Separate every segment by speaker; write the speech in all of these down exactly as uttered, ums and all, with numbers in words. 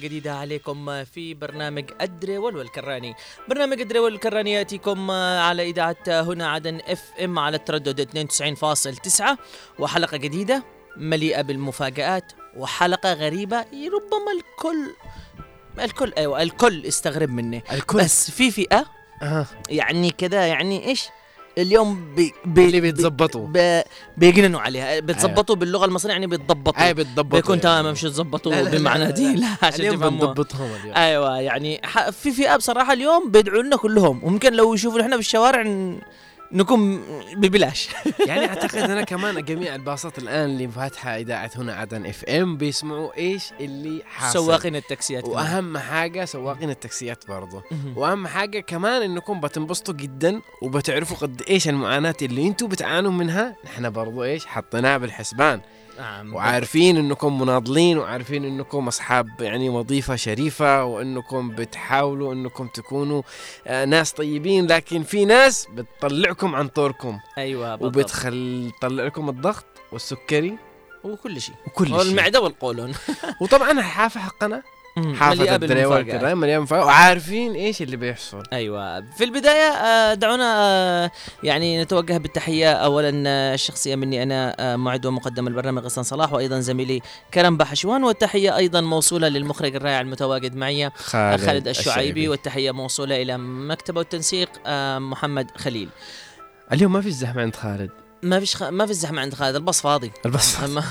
Speaker 1: جديدة عليكم في برنامج الدريول والكراني. برنامج الدريول والكراني يأتيكم على إذاعة هنا عدن اف ام على التردد اثنين وتسعين فاصلة تسعة، وحلقة جديدة مليئة بالمفاجآت وحلقة غريبة ربما الكل الكل ايوه الكل استغرب مني الكل. بس في فئة
Speaker 2: آه.
Speaker 1: يعني كذا يعني ايش اليوم بي بي
Speaker 2: اللي بيتزبطوا
Speaker 1: بي بيجننوا عليها بيتزبطوا. أيوة. باللغه المصريه يعني بيتضبطوا.
Speaker 2: اي بيتضبطوا
Speaker 1: بيكون
Speaker 2: يعني.
Speaker 1: تمام مش يتضبطوا بمعنى دي لا عشان
Speaker 2: اليوم
Speaker 1: تفهموا.
Speaker 2: بنضبطهم اليوم.
Speaker 1: ايوه يعني في فئه بصراحه اليوم بيدعوا لنا كلهم، وممكن لو يشوفوا احنا بالشوارع ن... نكون ببلاش.
Speaker 2: يعني اعتقد انا كمان جميع الباصات الان اللي فاتحه اذاعه هنا عدن اف ام بيسمعوا ايش اللي حاصل.
Speaker 1: سواقين التاكسيات
Speaker 2: واهم حاجه سواقين التاكسيات برضه. واهم حاجه كمان انكم بتنبسطوا جدا وبتعرفوا قد ايش المعاناه اللي انتم بتعانوا منها، نحن برضه ايش حطيناها بالحسبان.
Speaker 1: نعم.
Speaker 2: وعارفين انكم مناضلين وعارفين انكم اصحاب يعني وظيفة شريفة وانكم بتحاولوا انكم تكونوا آه ناس طيبين، لكن في ناس بتطلعكم عن طوركم.
Speaker 1: ايوه بالضبط.
Speaker 2: وبتخل تطلع لكم الضغط والسكري
Speaker 1: وكل شيء
Speaker 2: وكل شيء
Speaker 1: والمعدة والقولون.
Speaker 2: وطبعا الحافة حقنا حافة الدريول والكرام مليان مفاجآت وعارفين ايش اللي بيحصل.
Speaker 1: ايوه في البدايه دعونا يعني نتوجه بالتحيه اولا الشخصيه مني انا معد ومقدم البرنامج غسان صلاح، وايضا زميلي كرم بحشوان، والتحيه ايضا موصوله للمخرج الرائع المتواجد معي خالد, خالد الشعيبي, الشعيبي، والتحيه موصوله الى مكتب التنسيق محمد خليل.
Speaker 2: اليوم ما في زحمه عند خالد.
Speaker 1: ما فيش خ... ما في زحمه عند خالد، الباص فاضي
Speaker 2: الباص فاضي.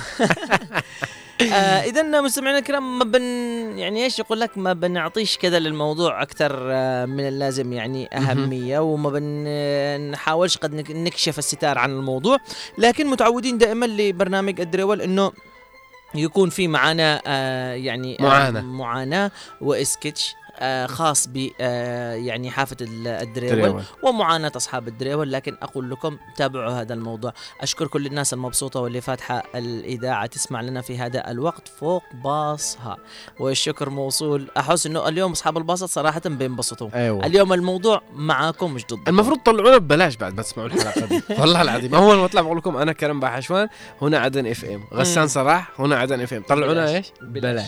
Speaker 1: آه إذن مستمعينا الكرام ما بن يعني إيش يقول لك ما بنعطيش كذا للموضوع أكثر آه من اللازم يعني أهمية، وما بنحاولش قد نكشف الستار عن الموضوع، لكن متعودين دائما لبرنامج الدريول إنه يكون في معنا آه يعني
Speaker 2: معاناة
Speaker 1: آه معاناة وإسكتش آه خاص ب آه يعني حافة الدريول ومعاناة أصحاب الدريول. لكن أقول لكم تابعوا هذا الموضوع. أشكر كل الناس المبسوطة واللي فاتحة الإذاعة تسمع لنا في هذا الوقت فوق باصها، والشكر موصول. أحس إنه اليوم أصحاب الباصات صراحة بينبسطوا.
Speaker 2: أيوة.
Speaker 1: اليوم الموضوع معاكم مش ضدكم.
Speaker 2: المفروض تطلعونا ببلاش بعد ما تسمعوا الحلقة دي. والله العظيم أول ما أطلع بقول لكم أنا كرم بحشوان هنا عدن اف ام، غسان صلاح هنا عدن اف ام، طلعونا ايش ببلاش.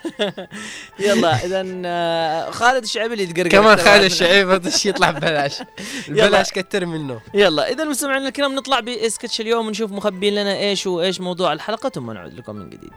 Speaker 1: يلا إذن خالد الشعيبي اللي يتقرقر
Speaker 2: كمان خالد الشعيبي هذا الشيء يطلع ببلاش. البلاش كتر منه.
Speaker 1: يلا إذا مستمعينا الكرام نطلع بإسكتش اليوم ونشوف مخبين لنا إيش وإيش موضوع الحلقة، ثم نعود لكم من جديد.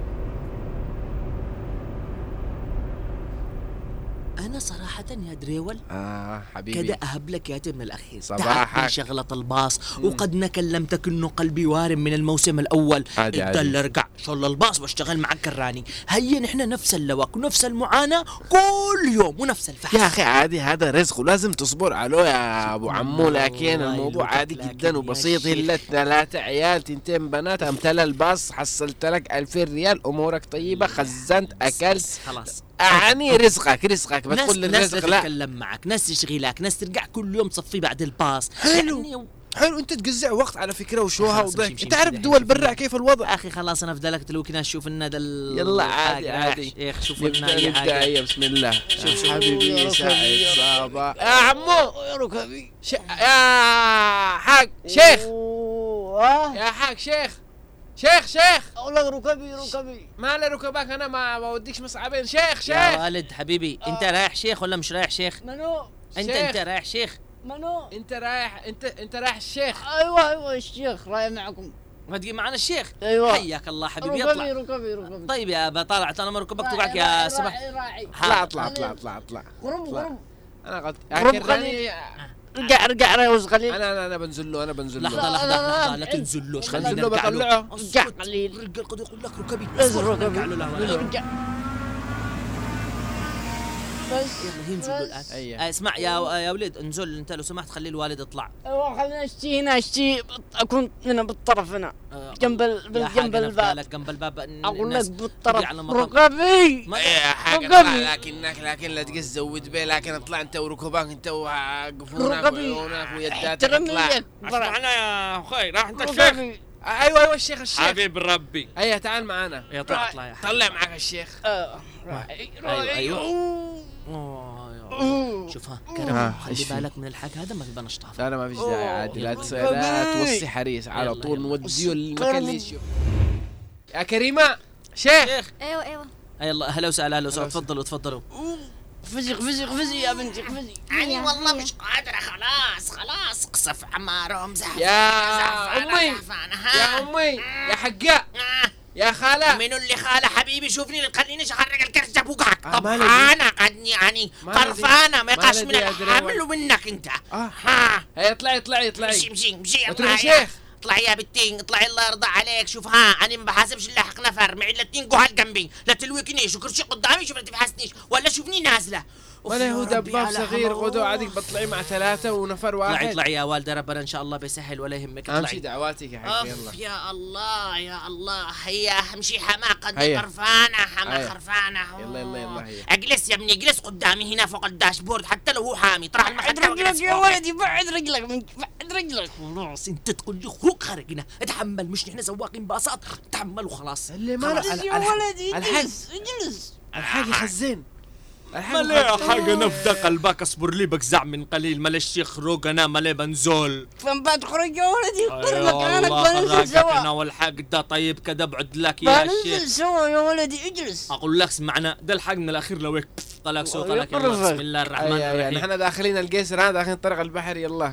Speaker 1: أنا صراحة يا دريول
Speaker 2: آه حبيبي
Speaker 1: كده أهب لك يا من الأخير
Speaker 2: صباحك
Speaker 1: شغلة الباص. وقد نكلمتك إنه قلبي وارم من الموسم الأول. إنت ارجع شغل الباص بشتغل معك كراني. هيا نحن نفس اللوك ونفس المعاناة كل يوم ونفس الفحص
Speaker 2: يا أخي عادي، هذا رزق ولازم تصبر عليه يا أبو عمو. لكن الموضوع عادي جدا وبسيط. إلا ثلاثة عيال تنتين بنات أمتلى الباص حصلت لك ألفين ريال أمورك طيبة خزنت أكلت
Speaker 1: خلاص.
Speaker 2: يعني رزقك رزقك بتقول
Speaker 1: للرزق
Speaker 2: لا
Speaker 1: ناس تتكلم معك، ناس تشغيلك، ناس ترجع كل يوم تصفي بعد الباص.
Speaker 2: حلو يعني حلو انت تقزع وقت على فكره وشوها وضحك. انت عارف دول برا كيف الوضع.
Speaker 1: اخي خلاص انا فدلك تلوك ناس شوف لنا دل
Speaker 2: يلا عادي عادي
Speaker 1: يا اخي شوف لنا اي حاجه.
Speaker 2: نبدا بسم الله. شوف حبيبي سعيد صباح يا عمو يا ركبي ش... يا حاج شيخ يا حاج شيخ شيخ شيخ
Speaker 3: والله ركبي ركبي
Speaker 2: ما لي ركبك انا ما بوديكش مصعبين. شيخ شيخ
Speaker 1: يا والد حبيبي انت رايح شيخ ولا مش رايح شيخ؟
Speaker 3: منو
Speaker 1: انت انت رايح شيخ
Speaker 3: منو
Speaker 2: انت رايح انت انت رايح الشيخ.
Speaker 3: ايوه ايوه الشيخ رايح معكم.
Speaker 1: ما تجي معنا الشيخ.
Speaker 3: ايوه
Speaker 1: حياك الله حبيبي.
Speaker 3: ركبي ركبي ركبي.
Speaker 1: طيب يا ابا طلعت انا مركبك تبعك يا سمح.
Speaker 2: اطلع اطلع اطلع اطلع اطلع
Speaker 3: غرم غرم.
Speaker 2: انا قد
Speaker 3: يعني رجع رجع ريوز قليل.
Speaker 2: انا انا انا بنزل له انا بنزل له.
Speaker 1: لحظه لحظه لحظه لا تنزلوش
Speaker 2: خلينا نرجع بطلعه.
Speaker 3: رجع قليل.
Speaker 1: الرجال قد يقول لك ركبي
Speaker 3: ركبي رجع بس
Speaker 1: يلا ينزلوا الان. أيه. اسمع يا يا ولد انزل انت لو سمحت خلي الوالد يطلع.
Speaker 3: ايوه خلينا اشتي هنا اشتي اكون هنا بالطرف هنا جنب جنب الباب.
Speaker 1: جنب الباب
Speaker 3: اقول لك بالطرف ركبي
Speaker 2: يا حاجه. لكنك لكن لا تقز زود بيه. لكن اطلع انت وركبك انت وقفونك وعيونك ويداتك اطلع.
Speaker 1: معنا يا اخي راح انت الشيخ.
Speaker 2: ايوه ايوه الشيخ الشيخ
Speaker 1: حبيب ربي.
Speaker 2: ايوه تعال معنا.
Speaker 1: يطلع اطلع يا
Speaker 2: طلع معك الشيخ.
Speaker 3: اه
Speaker 1: ايوه ايوه اوه شوف ها كرم خلي بالك من الحاجة هذا ما في بنشطف.
Speaker 2: لا لا ما فيش داعي عادي. لا لا توصي حريص على طول نوديه المكان اللي يشوف. يا كريمة شيخ.
Speaker 4: ايوه ايوه
Speaker 1: يلا اهلا وسهلا، اهلا وسهلا، تفضلوا تفضلوا.
Speaker 3: فزق فزق فزق يا بنتي فزق.
Speaker 4: أنا والله مش قادرة، خلاص خلاص قصف عمارهم زحف.
Speaker 2: يا أمي يا أمي يا حقاء يا خالة.
Speaker 4: منو اللي خالة حبيبي؟ شوفني اللي تخلينيش اخرج الكرش جابوقك.
Speaker 2: آه،
Speaker 4: طب
Speaker 2: ما لدي.
Speaker 4: انا قد يعني
Speaker 2: ما لدي.
Speaker 4: قرفانة، ما يقاش
Speaker 2: ما
Speaker 4: من
Speaker 2: لدي يا دريوة.
Speaker 4: الحامل ومنك انت.
Speaker 2: آه.
Speaker 4: ها
Speaker 2: هيا اطلعي اطلعي اطلعي.
Speaker 4: مشي مشي مشي
Speaker 2: ما
Speaker 4: يلا
Speaker 2: تروحي
Speaker 4: يا-
Speaker 2: شيخ.
Speaker 4: اطلعي يا بنتين اطلعي، الله يرضى عليك. شوف ها انا ما بحاسبش الا حق نفر، معي الا اتنين قهال جنبي، لا تلوكنيش وكرشي قدامي شوف ما تبحثنيش ولا شوفني نازله. أوف
Speaker 2: ولا
Speaker 4: يا
Speaker 2: هو
Speaker 4: ربي
Speaker 2: دباب
Speaker 4: على
Speaker 2: صغير
Speaker 4: حمار.
Speaker 2: غدو عادك بطلعي مع ثلاثة ونفر
Speaker 1: اطلعي
Speaker 2: واحد.
Speaker 1: اطلعي يا والده، ربنا ان شاء الله بيسهل ولا يهمك.
Speaker 2: اهم شي
Speaker 1: اطلعي.
Speaker 2: دعواتك يا حقي.
Speaker 4: اوف
Speaker 2: يلا
Speaker 4: يا الله يا الله. هيا امشي حماقة
Speaker 2: هيا.
Speaker 4: خرفانة، حما
Speaker 2: هيا.
Speaker 4: خرفانة.
Speaker 2: يلا يلا يلا هيا.
Speaker 4: اجلس يا ابني اجلس قدامي هنا فوق الداشبورد حتى لو هو حامي، طرح
Speaker 3: بعد
Speaker 4: المخدة واجلس
Speaker 3: رجلك يا
Speaker 4: فوقه.
Speaker 3: ولدي، بعد رجلك من بعد رجلك.
Speaker 1: خلاص انت تقول لي خروج خارجنا، اتحمل، مش نحن سواقين باصات، تحمل وخلاص.
Speaker 2: اللي ما
Speaker 3: خلاص
Speaker 2: له-
Speaker 3: يا
Speaker 2: الحق-
Speaker 3: ولدي
Speaker 2: الحق
Speaker 3: اجلس اجلس.
Speaker 2: الحاج خزين. الحق
Speaker 1: ملي
Speaker 2: خزين.
Speaker 1: حاجة نفدى قلبك، اصبر لي بقزع من قليل، ملي الشيخ خروج انا ملي بنزول.
Speaker 3: فين بتخرج يا ولدي؟
Speaker 1: يا
Speaker 3: اختار مكانك
Speaker 1: الله
Speaker 3: بننزل
Speaker 1: خراجك انا
Speaker 3: سوا.
Speaker 1: والحق ده طيب كده ابعد لك يا
Speaker 3: بننزل
Speaker 1: شيخ.
Speaker 3: سوا يا ولدي اجلس.
Speaker 1: اقول لك اسمعنا، ده الحق من الاخير لويك طلق صوتك. يلا
Speaker 3: يقرفك.
Speaker 1: بسم الله الرحمن
Speaker 2: أي- أي-
Speaker 1: الرحيم.
Speaker 2: نحن داخلين القيسر، ها داخلين طريق البحر. يلا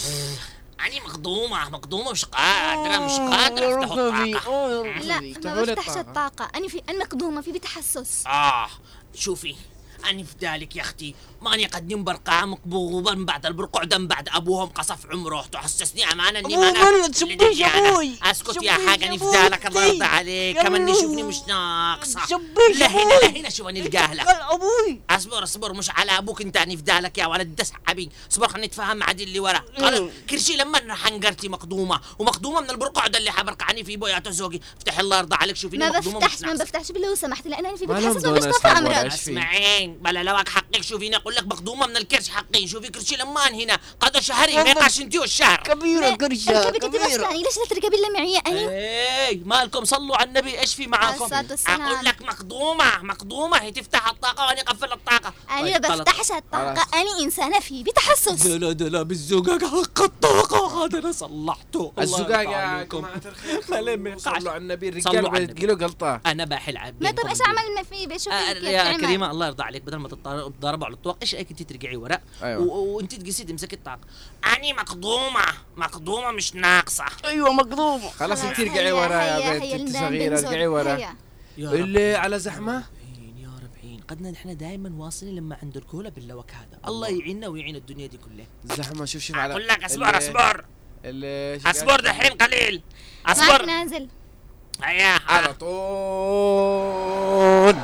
Speaker 4: أنا مخضومة مخضومة مش قادرة مش قادرة أفتح
Speaker 3: ركبي،
Speaker 4: الطاقة.
Speaker 3: أوه،
Speaker 5: لا
Speaker 3: ركبي.
Speaker 5: ما
Speaker 2: افتحوا لي
Speaker 5: بفتحش
Speaker 2: الطاقة.
Speaker 5: الطاقة، أنا في أنا مقدومة في بتحسس.
Speaker 4: آه شوفي أنا في ذلك يا أختي ماني قدم برقع مقبوضا بعد البرقع دم بعد أبوهم قصف عمره، تحسسني أمانة إني
Speaker 3: أبوه
Speaker 4: ما
Speaker 3: بلد، شبيش أبوي.
Speaker 4: أسكت يا
Speaker 3: شبيش
Speaker 4: حاجة أنا في
Speaker 3: أبوي.
Speaker 4: ذلك الله يرضى عليك،
Speaker 3: يا
Speaker 4: كمان
Speaker 3: منو.
Speaker 4: يشوفني مش ناقصة.
Speaker 3: شبيش
Speaker 4: لا هنا
Speaker 3: أبوي.
Speaker 4: لا هنا شوف أنا القاه لك.
Speaker 3: قال أبوي.
Speaker 4: اصبر اصبر مش على ابوك انت، اني في دالك يا ولد دس حبي. اصبر خلينا نتفاهم مع دي اللي ورا. قال كرشي لما حنقرتي مقدومه ومقدومه من البرقع ده اللي حبرقعني في بويا تزوقي. افتح الله يرضى عليك شوفيني
Speaker 5: ما
Speaker 4: مقدومه
Speaker 5: بفتحش
Speaker 4: مش
Speaker 5: ما
Speaker 4: ناقصة.
Speaker 5: بفتحش بالله سمحت، لأن أنا في
Speaker 2: ما لهم
Speaker 5: بتحسس ما
Speaker 2: دون
Speaker 5: بشطف
Speaker 2: أصحاب ولا
Speaker 5: أمراض.
Speaker 2: إيش في؟
Speaker 4: اسمعين بلا لوك حقك شوفيني اقول لك مقدومه من الكرش حقي. شوفي كرشي لمان هنا قضى شهري ما يقاش انتي الشهر.
Speaker 3: كبيرة كرشة
Speaker 5: ركبي كنت
Speaker 3: كبيرة.
Speaker 5: بسلاني، ليش لا تركبي إلا معي أنا؟
Speaker 1: ايه مالكم صلوا على النبي، ايش في معاكم؟
Speaker 5: الصلاة والسلام.
Speaker 4: اقول لك مقدومه مقدومه هي تفتح الطاقه وانا اقفل الطاقه.
Speaker 5: أنا ما
Speaker 1: طيب، خلاص.
Speaker 5: بفتحش الطاقة،
Speaker 2: خلاص.
Speaker 5: أنا إنسانة في بتحسس.
Speaker 1: دلا دلا بالزقاق حق الطاقة هذا انا صلحته. الله
Speaker 2: الزقاق
Speaker 1: يرضى
Speaker 2: يا
Speaker 1: عليكم.
Speaker 2: جماعة الخير.
Speaker 1: خلي ما يقعش.
Speaker 2: صلوا على النبي،
Speaker 1: صلوا
Speaker 2: الرجال
Speaker 1: على النبي.
Speaker 2: بيتقلوا قلطة.
Speaker 1: انا باحل عاد
Speaker 5: ما طب
Speaker 1: بينكم
Speaker 5: إيش
Speaker 1: وبين-
Speaker 5: أعمل ما في بشوف
Speaker 1: آه،
Speaker 5: كيف
Speaker 1: يا
Speaker 5: تعمل.
Speaker 1: كريمه الله يرضى عليك، بدل ما تتضاربوا على الطواق ايش رايك انت ترجعي ورا
Speaker 2: أيوة.
Speaker 1: و- وانت تقيسي تمسكي الطاقه.
Speaker 4: اني مقدومه مقدومه مش ناقصه.
Speaker 3: أيوة مقدومة.
Speaker 2: خلاص انت
Speaker 5: هيا-
Speaker 2: ارجعي ورا
Speaker 5: هيا-
Speaker 2: يا
Speaker 5: هيا
Speaker 2: بنت، انت
Speaker 5: النام
Speaker 2: صغيرة
Speaker 5: بنزول.
Speaker 2: ارجعي ورا.
Speaker 5: هيا.
Speaker 1: يا رب
Speaker 2: اللي على زحمة.
Speaker 1: عين يا رب عين، قدنا نحن دائما واصلين لما عند الكولا باللوك هذا. الله يعيننا ويعين الدنيا دي كلها.
Speaker 2: زحمة شوف شوف على
Speaker 4: اقول لك اصبر
Speaker 2: اللي-
Speaker 4: اصبر
Speaker 2: اللي
Speaker 4: اصبر دحين قليل
Speaker 5: معك
Speaker 4: اصبر.
Speaker 5: نازل.
Speaker 4: هيا
Speaker 2: على طول.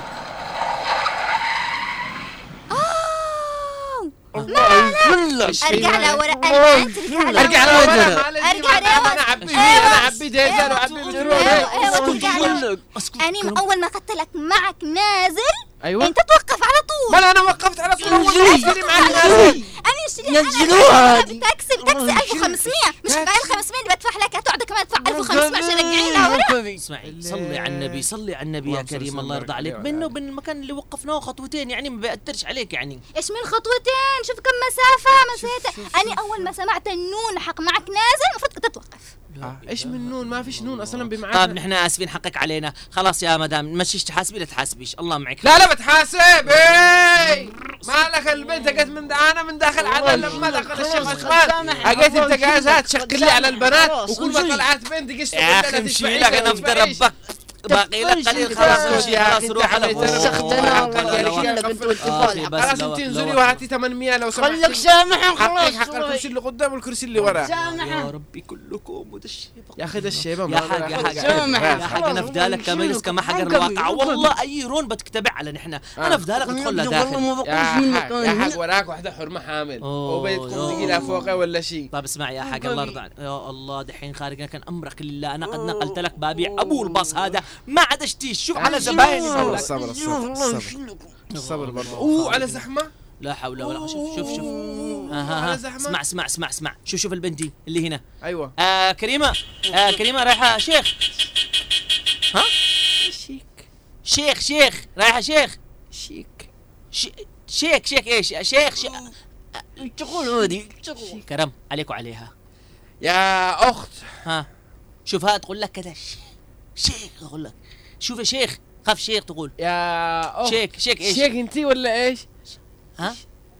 Speaker 5: أوه.
Speaker 3: الله يفلك.
Speaker 2: إيش في
Speaker 5: أرجع
Speaker 2: معك؟
Speaker 5: لورا الآن، ترجع لورا.
Speaker 2: ارجع لورا.
Speaker 5: أرجع لورا.
Speaker 2: انا عبي
Speaker 5: أيوة.
Speaker 2: انا عبي ديزل وعبي
Speaker 5: أيوة.
Speaker 2: بترول.
Speaker 5: أيوة، ترجع لورا.
Speaker 3: يفلك.
Speaker 1: اسكت
Speaker 5: أنا
Speaker 1: كلام.
Speaker 5: أول ما قتلك معك نازل
Speaker 2: ايوه
Speaker 5: أنت توقف على طول.
Speaker 2: ما انا وقفت على طول.
Speaker 3: نزلي.
Speaker 2: أول ما معك نازل.
Speaker 3: نزلي.
Speaker 5: أنا اشتري
Speaker 3: نزلوها هذه.
Speaker 5: تاكسي تاكسي ألف وخمسمية، مش
Speaker 2: تاكسي.
Speaker 5: كفاية ال خمسمية اللي بدفع لك، هتقعد كمان تدفع ألف وخمسمية عشان ترجعينا ورا.
Speaker 3: ركبي.
Speaker 1: اسمعي
Speaker 2: اللي-
Speaker 1: صلي على النبي، صلي على النبي يا
Speaker 2: اللهم صل
Speaker 1: كريم
Speaker 2: وسلم
Speaker 1: الله يرضى
Speaker 2: وبارك
Speaker 1: عليك.
Speaker 2: عليه
Speaker 1: بينه
Speaker 2: وعلى
Speaker 1: وبين المكان اللي وقفناه خطوتين، يعني ما بيأثرش عليك يعني.
Speaker 5: ايش من خطوتين؟ شوف كم مسافة مسيتها. أنا أول ما سمعت النون حق معك نازل المفروض كنت توقف.
Speaker 2: آه، ايش من نون؟ ما فيش نون اصلا
Speaker 1: طيب
Speaker 2: بمعانا.
Speaker 1: نحن اسفين حقك علينا، خلاص يا مدام مشيش تحاسبي لا تحاسبيش، الله معك.
Speaker 2: لا لا بتحاسب. ايه مالك البنت قد من دا انا من داخل عدن لما دخل الشيخ عثمان اجيت انت جاهزة تشكل لي على البنات وكل ما طلعت بنت قشت
Speaker 1: يا اخي امشي لك انا افدى ربك، باقي لك قليل خلاص امشي خلاص روح على فوق.
Speaker 3: سختنا
Speaker 1: حق الله
Speaker 3: والله
Speaker 1: لو-
Speaker 3: يشيلك انت
Speaker 1: آخي
Speaker 3: والتفال.
Speaker 1: بس
Speaker 2: خلاص
Speaker 1: لو-
Speaker 2: انت
Speaker 1: لو-
Speaker 2: انزلي وهاتي ثمانمية لو سمحتي.
Speaker 3: خليك سامحا
Speaker 2: حقك
Speaker 3: خلاص.
Speaker 2: حق الكرسي اللي قدام والكرسي اللي ورا.
Speaker 1: يا
Speaker 3: سامحا.
Speaker 1: ربي كلكم وده الشيء
Speaker 2: يا اخي ده الشيبه
Speaker 1: يا
Speaker 2: ما
Speaker 1: حاج يا حاج
Speaker 3: سامح.
Speaker 1: يا حاج انا في ذلك كما يجلس كما حجر الواقع،
Speaker 3: ركبي.
Speaker 1: والله اي رون بتكتبع على نحن. انا في ذلك ادخل لها داخل.
Speaker 3: والله ما
Speaker 2: يا
Speaker 3: بقولش منك
Speaker 2: حاج يا
Speaker 3: أنا.
Speaker 2: حاج وراك واحده حرمه حامل
Speaker 1: أوه،
Speaker 2: وبيتكم
Speaker 1: يا
Speaker 2: تجي لها فوقه ولا شيء.
Speaker 1: طيب اسمع يا حاج الله يرضى عليك. يا الله دحين خارجنا كان امرك لله، انا قد نقلت لك بابيع ابو الباص هذا ما عاد اشتيش. شوف على زبايني
Speaker 2: الصبر،
Speaker 1: دولك.
Speaker 2: الصبر، الصبر،
Speaker 3: الله
Speaker 2: الصبر.
Speaker 3: يشيلك.
Speaker 2: الصبر برضه. اوه على زحمه.
Speaker 1: لا حول ولا قوه. شوف شوف شوف آه
Speaker 2: على
Speaker 1: ها
Speaker 2: زحمة.
Speaker 1: اسمع اسمع اسمع اسمع شوف شوف البنتي اللي هنا.
Speaker 2: ايوه
Speaker 1: آه كريمه آه كريمه رايحه شيخ. ها
Speaker 2: شيك
Speaker 1: شيخ شيخ رايحه شيخ
Speaker 2: شيك
Speaker 1: ش- شيخ شيخ ايش شيخ شيخ
Speaker 3: تقول هذه تقول.
Speaker 1: كرم عليك وعليها.
Speaker 2: يا اخت.
Speaker 1: ها شوفها تقول لك كذا ش- شيخ اقول لك شوف يا شيخ خاف شيخ تقول
Speaker 2: يا أخ
Speaker 1: شيك شيك ايش
Speaker 2: شيك انتي ولا ايش؟
Speaker 1: ها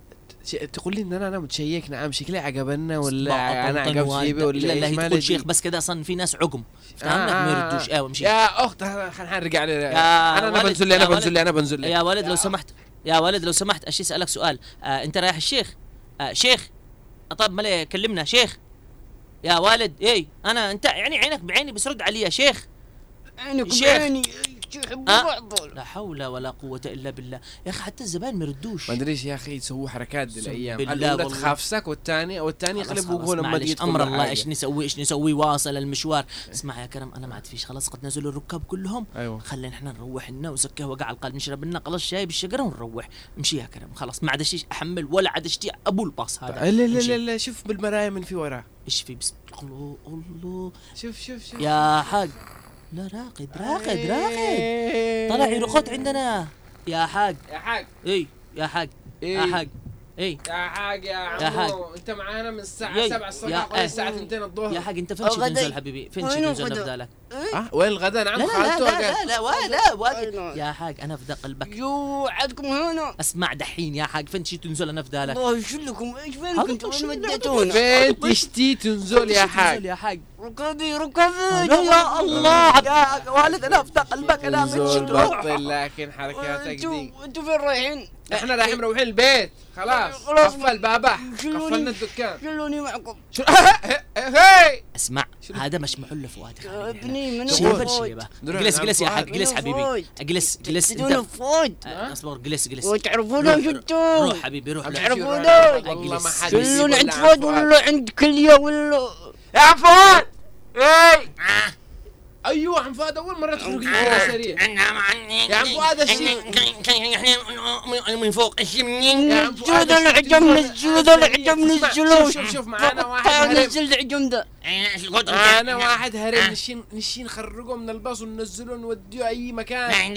Speaker 2: تقول لي ان انا انا متشيك نعم شكلي عجبنا
Speaker 1: ما
Speaker 2: ولا انا
Speaker 1: أطنطن
Speaker 2: عجبت
Speaker 1: والدة.
Speaker 2: فيه ولا
Speaker 1: لا لا
Speaker 2: ايش
Speaker 1: هي
Speaker 2: مالك
Speaker 1: تقول
Speaker 2: دي؟
Speaker 1: شيخ بس كذا اصلا في ناس عقم فهمت
Speaker 2: آه،
Speaker 1: ما
Speaker 2: آه،
Speaker 1: يردوش ايوه امشي
Speaker 2: يا اخت خلينا نرجع لي
Speaker 1: يا
Speaker 2: انا انا
Speaker 1: ولد،
Speaker 2: بنزل لي انا
Speaker 1: يا
Speaker 2: بنزل لي انا
Speaker 1: ولد.
Speaker 2: بنزل لي
Speaker 1: يا ولد لو سمحت يا ولد لو سمحت اشي اسالك سؤال آه انت رايح الشيخ آه شيخ آه طب مالي كلمنا شيخ يا ولد ايه انا انت يعني عينك بعيني بس رد علي يا شيخ
Speaker 3: عينك
Speaker 1: شيخ.
Speaker 3: بعيني يحبوا
Speaker 1: آه.
Speaker 3: بعض.
Speaker 1: لا حول ولا قوة إلا بالله يا أخي حتى الزبائن ما يردوش
Speaker 2: ما ادريش يا اخي يسووا حركات دي
Speaker 1: أقسم
Speaker 2: الايام
Speaker 1: بالله
Speaker 2: الاولى
Speaker 1: والله.
Speaker 2: تخافسك والثاني والثاني
Speaker 1: خلاص
Speaker 2: يقلب
Speaker 1: خلاص
Speaker 2: ويقول لما
Speaker 1: معلش
Speaker 2: تجي
Speaker 1: امر الله ايش نسوي ايش نسوي واصل المشوار اسمع يا كرم انا ما عاد فيش خلاص قد نزلوا الركاب كلهم
Speaker 2: ايوه
Speaker 1: خلينا احنا نروح لنا ونسكه وقع القلب نشرب لنا قلص شاي بالشجره ونروح امشي يا كرم خلاص ما عاد شيء احمل ولا عاد اشتي ابو الباص هذا
Speaker 2: لا لا
Speaker 1: امشي.
Speaker 2: لا لا شوف بالمرايه من في وراه
Speaker 1: ايش في بسم الله الله
Speaker 2: شوف شوف شوف
Speaker 1: يا حاج لا راقد راقد راقد طلع يرقد عندنا يا حاج
Speaker 2: يا حاج
Speaker 1: اي يا حاج
Speaker 2: إيه؟
Speaker 1: يا حاج اي
Speaker 2: يا حاج يا
Speaker 1: يا حاج.
Speaker 2: عمو انت معانا من الساعه
Speaker 1: يي.
Speaker 2: سبعة
Speaker 1: يا
Speaker 2: الصباح
Speaker 1: إيه.
Speaker 2: للساعه اثنين الظهر
Speaker 1: يا حاج انت فين شي
Speaker 3: الغداء.
Speaker 1: تنزل حبيبي فين شي
Speaker 3: وين
Speaker 1: تنزل
Speaker 3: الغداء؟
Speaker 1: نبدالك
Speaker 2: اه وين الغداء نعم
Speaker 1: لا لا
Speaker 2: خالته
Speaker 1: لا لا لا ولا لا ولا يا حاج انا افدى قلبك
Speaker 3: يو عندكم هنا
Speaker 1: اسمع دحين يا حاج فين شي تنزل انا افدالك
Speaker 3: الله يشلكم ايش فين
Speaker 1: هذا
Speaker 3: كنتوا
Speaker 1: شو
Speaker 3: وين
Speaker 1: اللي
Speaker 3: وديتونا
Speaker 2: فين تشتي تنزل يا حاج
Speaker 1: يا حاج
Speaker 3: ركبي ركبي
Speaker 1: لا يا الله يا والد انا افدى قلبك انا من
Speaker 2: تنزل
Speaker 1: شي تروح
Speaker 2: بطل لكن حركاتك دي
Speaker 3: انتوا انتوا فين رايحين؟
Speaker 2: احنا رايحين مروحين البيت خلاص
Speaker 3: خلاص.
Speaker 2: قفل بابح
Speaker 3: شلوني؟
Speaker 2: قفلنا الدكان
Speaker 3: شلوني معكم
Speaker 2: شو هي
Speaker 1: اسمع هذا مش محل فؤاد
Speaker 3: ابني من
Speaker 1: شيبه
Speaker 3: فوق
Speaker 1: شيبه
Speaker 2: نروح
Speaker 1: جلس
Speaker 2: نلعب
Speaker 1: جلس يا
Speaker 2: فؤاد.
Speaker 1: حاج جلس
Speaker 3: من
Speaker 1: حبيبي
Speaker 3: فوق.
Speaker 1: جلس جلس
Speaker 3: تدون
Speaker 1: انت
Speaker 3: فوق
Speaker 1: آه، اصبر جلس جلس
Speaker 3: وتعرفونا
Speaker 1: روح-
Speaker 3: شنتو
Speaker 1: روح حبيبي روح لا.
Speaker 3: تعرفونا
Speaker 2: والله ما حد
Speaker 3: شلون
Speaker 2: يقول
Speaker 3: عند
Speaker 2: لعب
Speaker 3: فؤاد
Speaker 2: فؤاد.
Speaker 3: ولا عند كلية ولا
Speaker 2: يا عم فؤاد ايه
Speaker 4: آه.
Speaker 2: ايوه عم فؤاد اول مره تخرج لي سريع
Speaker 4: أنا معني
Speaker 2: يا عم فؤاد الشيء.
Speaker 4: من فوق الشيء منين؟
Speaker 2: يا عم فؤاد
Speaker 3: الجود اللي عجبني الجود اللي عجبني
Speaker 2: اسمع،
Speaker 3: الجلوس
Speaker 2: شوف شوف معانا واحد
Speaker 3: تعال
Speaker 2: هرب
Speaker 3: نزل العجم ده
Speaker 2: معانا واحد هرب نشين نشين نخرجه من الباص وننزله نوديه اي مكان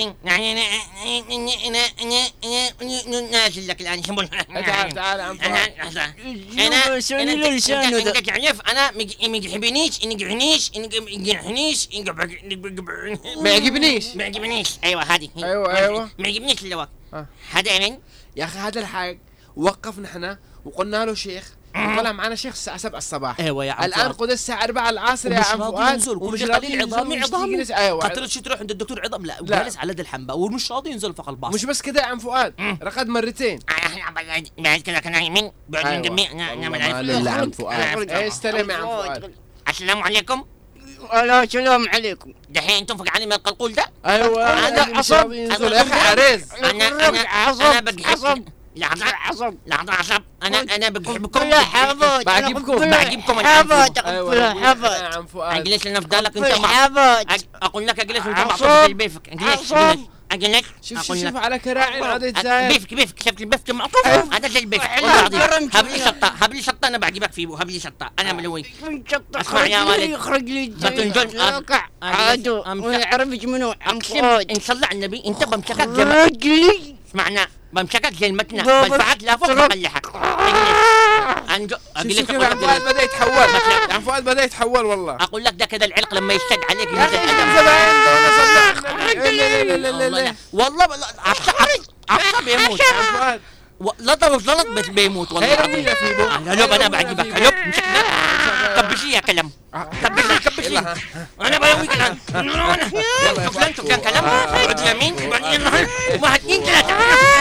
Speaker 4: نازل لك الان شنو
Speaker 2: تعال تعال يا عم فؤاد
Speaker 4: انا
Speaker 3: لساني لسانه
Speaker 4: انت
Speaker 3: ده
Speaker 4: تعرف انا ما يحبنيش ما يجعنيش ما يجعنيش
Speaker 2: ما يعجبنيش
Speaker 4: ما يعجبنيش ايوه هذه
Speaker 2: أيوة، أيوة.
Speaker 4: ما يعجبنيش اللواء
Speaker 2: آه.
Speaker 4: هذا من
Speaker 2: يا اخي هذا الحاج وقفنا احنا وقلنا له شيخ وطلع معنا شيخ الساعة سبعة الصباح
Speaker 1: ايوه يا عم
Speaker 2: الآن
Speaker 1: فؤاد.
Speaker 2: قد الساعة أربعة العصر يا
Speaker 1: ومش
Speaker 2: عم
Speaker 1: راضي
Speaker 2: فؤاد
Speaker 1: ينزل
Speaker 2: ومش
Speaker 1: ومش
Speaker 2: راضي
Speaker 1: قليل عظامي
Speaker 2: ينزل
Speaker 1: عظامي
Speaker 2: ومش ايوه
Speaker 1: قتلت شي تروح عند الدكتور عظام لا
Speaker 2: لا.
Speaker 1: جالس على يد الحنبه ومش راضي ينزل فوق الباص
Speaker 2: مش بس كده يا عم فؤاد رقد مرتين
Speaker 4: بعد كذا كان يمين بعد من جميع
Speaker 2: والله ما لله عم فؤاد ايه استلم يا عم فؤاد
Speaker 4: السلام عليكم
Speaker 3: لا سلام عليكم
Speaker 4: دحين انتم فقعانين من القلقول ده
Speaker 2: ايوه
Speaker 3: هذا
Speaker 2: مش
Speaker 3: عصب.
Speaker 2: راضي ينزل يا اخي عريس
Speaker 4: انا انا
Speaker 3: عصب،
Speaker 4: انا بجحب
Speaker 3: عصب.
Speaker 4: لحظة
Speaker 3: عصب.
Speaker 4: لحظة عصب انا انا بجحبكم
Speaker 3: لا حبط
Speaker 2: بعجبكم.
Speaker 4: بعجبكم أنا
Speaker 3: حبط
Speaker 2: ايوه
Speaker 3: اقبلها
Speaker 2: يا
Speaker 3: حبط
Speaker 2: عم فؤاد
Speaker 4: اجلس لنا في دالك انت
Speaker 3: اقبل
Speaker 4: مع
Speaker 3: حبط
Speaker 4: أج- اقول لك اجلس انت
Speaker 3: عصب.
Speaker 4: مع في بيفك اجلس
Speaker 3: عصب.
Speaker 4: اجلس اجلس
Speaker 2: شوف شوف
Speaker 4: اقول
Speaker 2: شوف
Speaker 4: لك
Speaker 2: على كراعين عاد يتزايد
Speaker 4: بيفك بيفك شفت البيفك معطوف هذا زي البيفك والله العظيم هب لي شطة هب لي شطة انا بعجبك فيه هب لي شطة انا ملوي اسمع يا ولد.
Speaker 3: يخرج لي
Speaker 4: بتنزل.
Speaker 3: واقع
Speaker 4: أجلس.
Speaker 3: عادو
Speaker 4: أمسك.
Speaker 3: ولا يعرفش منو عم
Speaker 4: اقسم
Speaker 3: فؤاد
Speaker 4: ان صلى على النبي انت بمسكك زي ما
Speaker 3: رجلي
Speaker 4: اسمعنا بمسكك زي المتنة
Speaker 3: بابا.
Speaker 4: بدفعك لا فوق
Speaker 3: ترى-
Speaker 4: بقلحك اجلس أنجو-
Speaker 2: شوف
Speaker 4: اجلس
Speaker 2: شوف كيف
Speaker 4: اقول
Speaker 2: عم فؤاد
Speaker 4: لك
Speaker 2: بدأ يتحول يا عم فؤاد بدأ يتحول والله
Speaker 4: اقول لك ده كده العرق لما يشتد عليك
Speaker 2: يا اخي
Speaker 4: ينزل
Speaker 2: شوف
Speaker 4: أدم.
Speaker 2: زباين دول صدقنا. لا لا لا لا
Speaker 4: والله
Speaker 2: لا
Speaker 4: لا. والله بلا- عصب عصب يموت
Speaker 2: يا عم فؤاد
Speaker 4: و- لا ضرب زلط بس بيموت والله
Speaker 2: هي
Speaker 4: العظيم.
Speaker 2: رميلة في بو
Speaker 4: انا لوب انا بعجبك لوب مسكنا كبش لي يا كلام كبش لي كبش لي
Speaker 2: يلا
Speaker 4: انا بلويك الان
Speaker 2: يلا يا
Speaker 4: شوف لن
Speaker 2: فؤاد.
Speaker 4: كان كلام بعد يمين بعد يمين واحد اثنين ثلاثة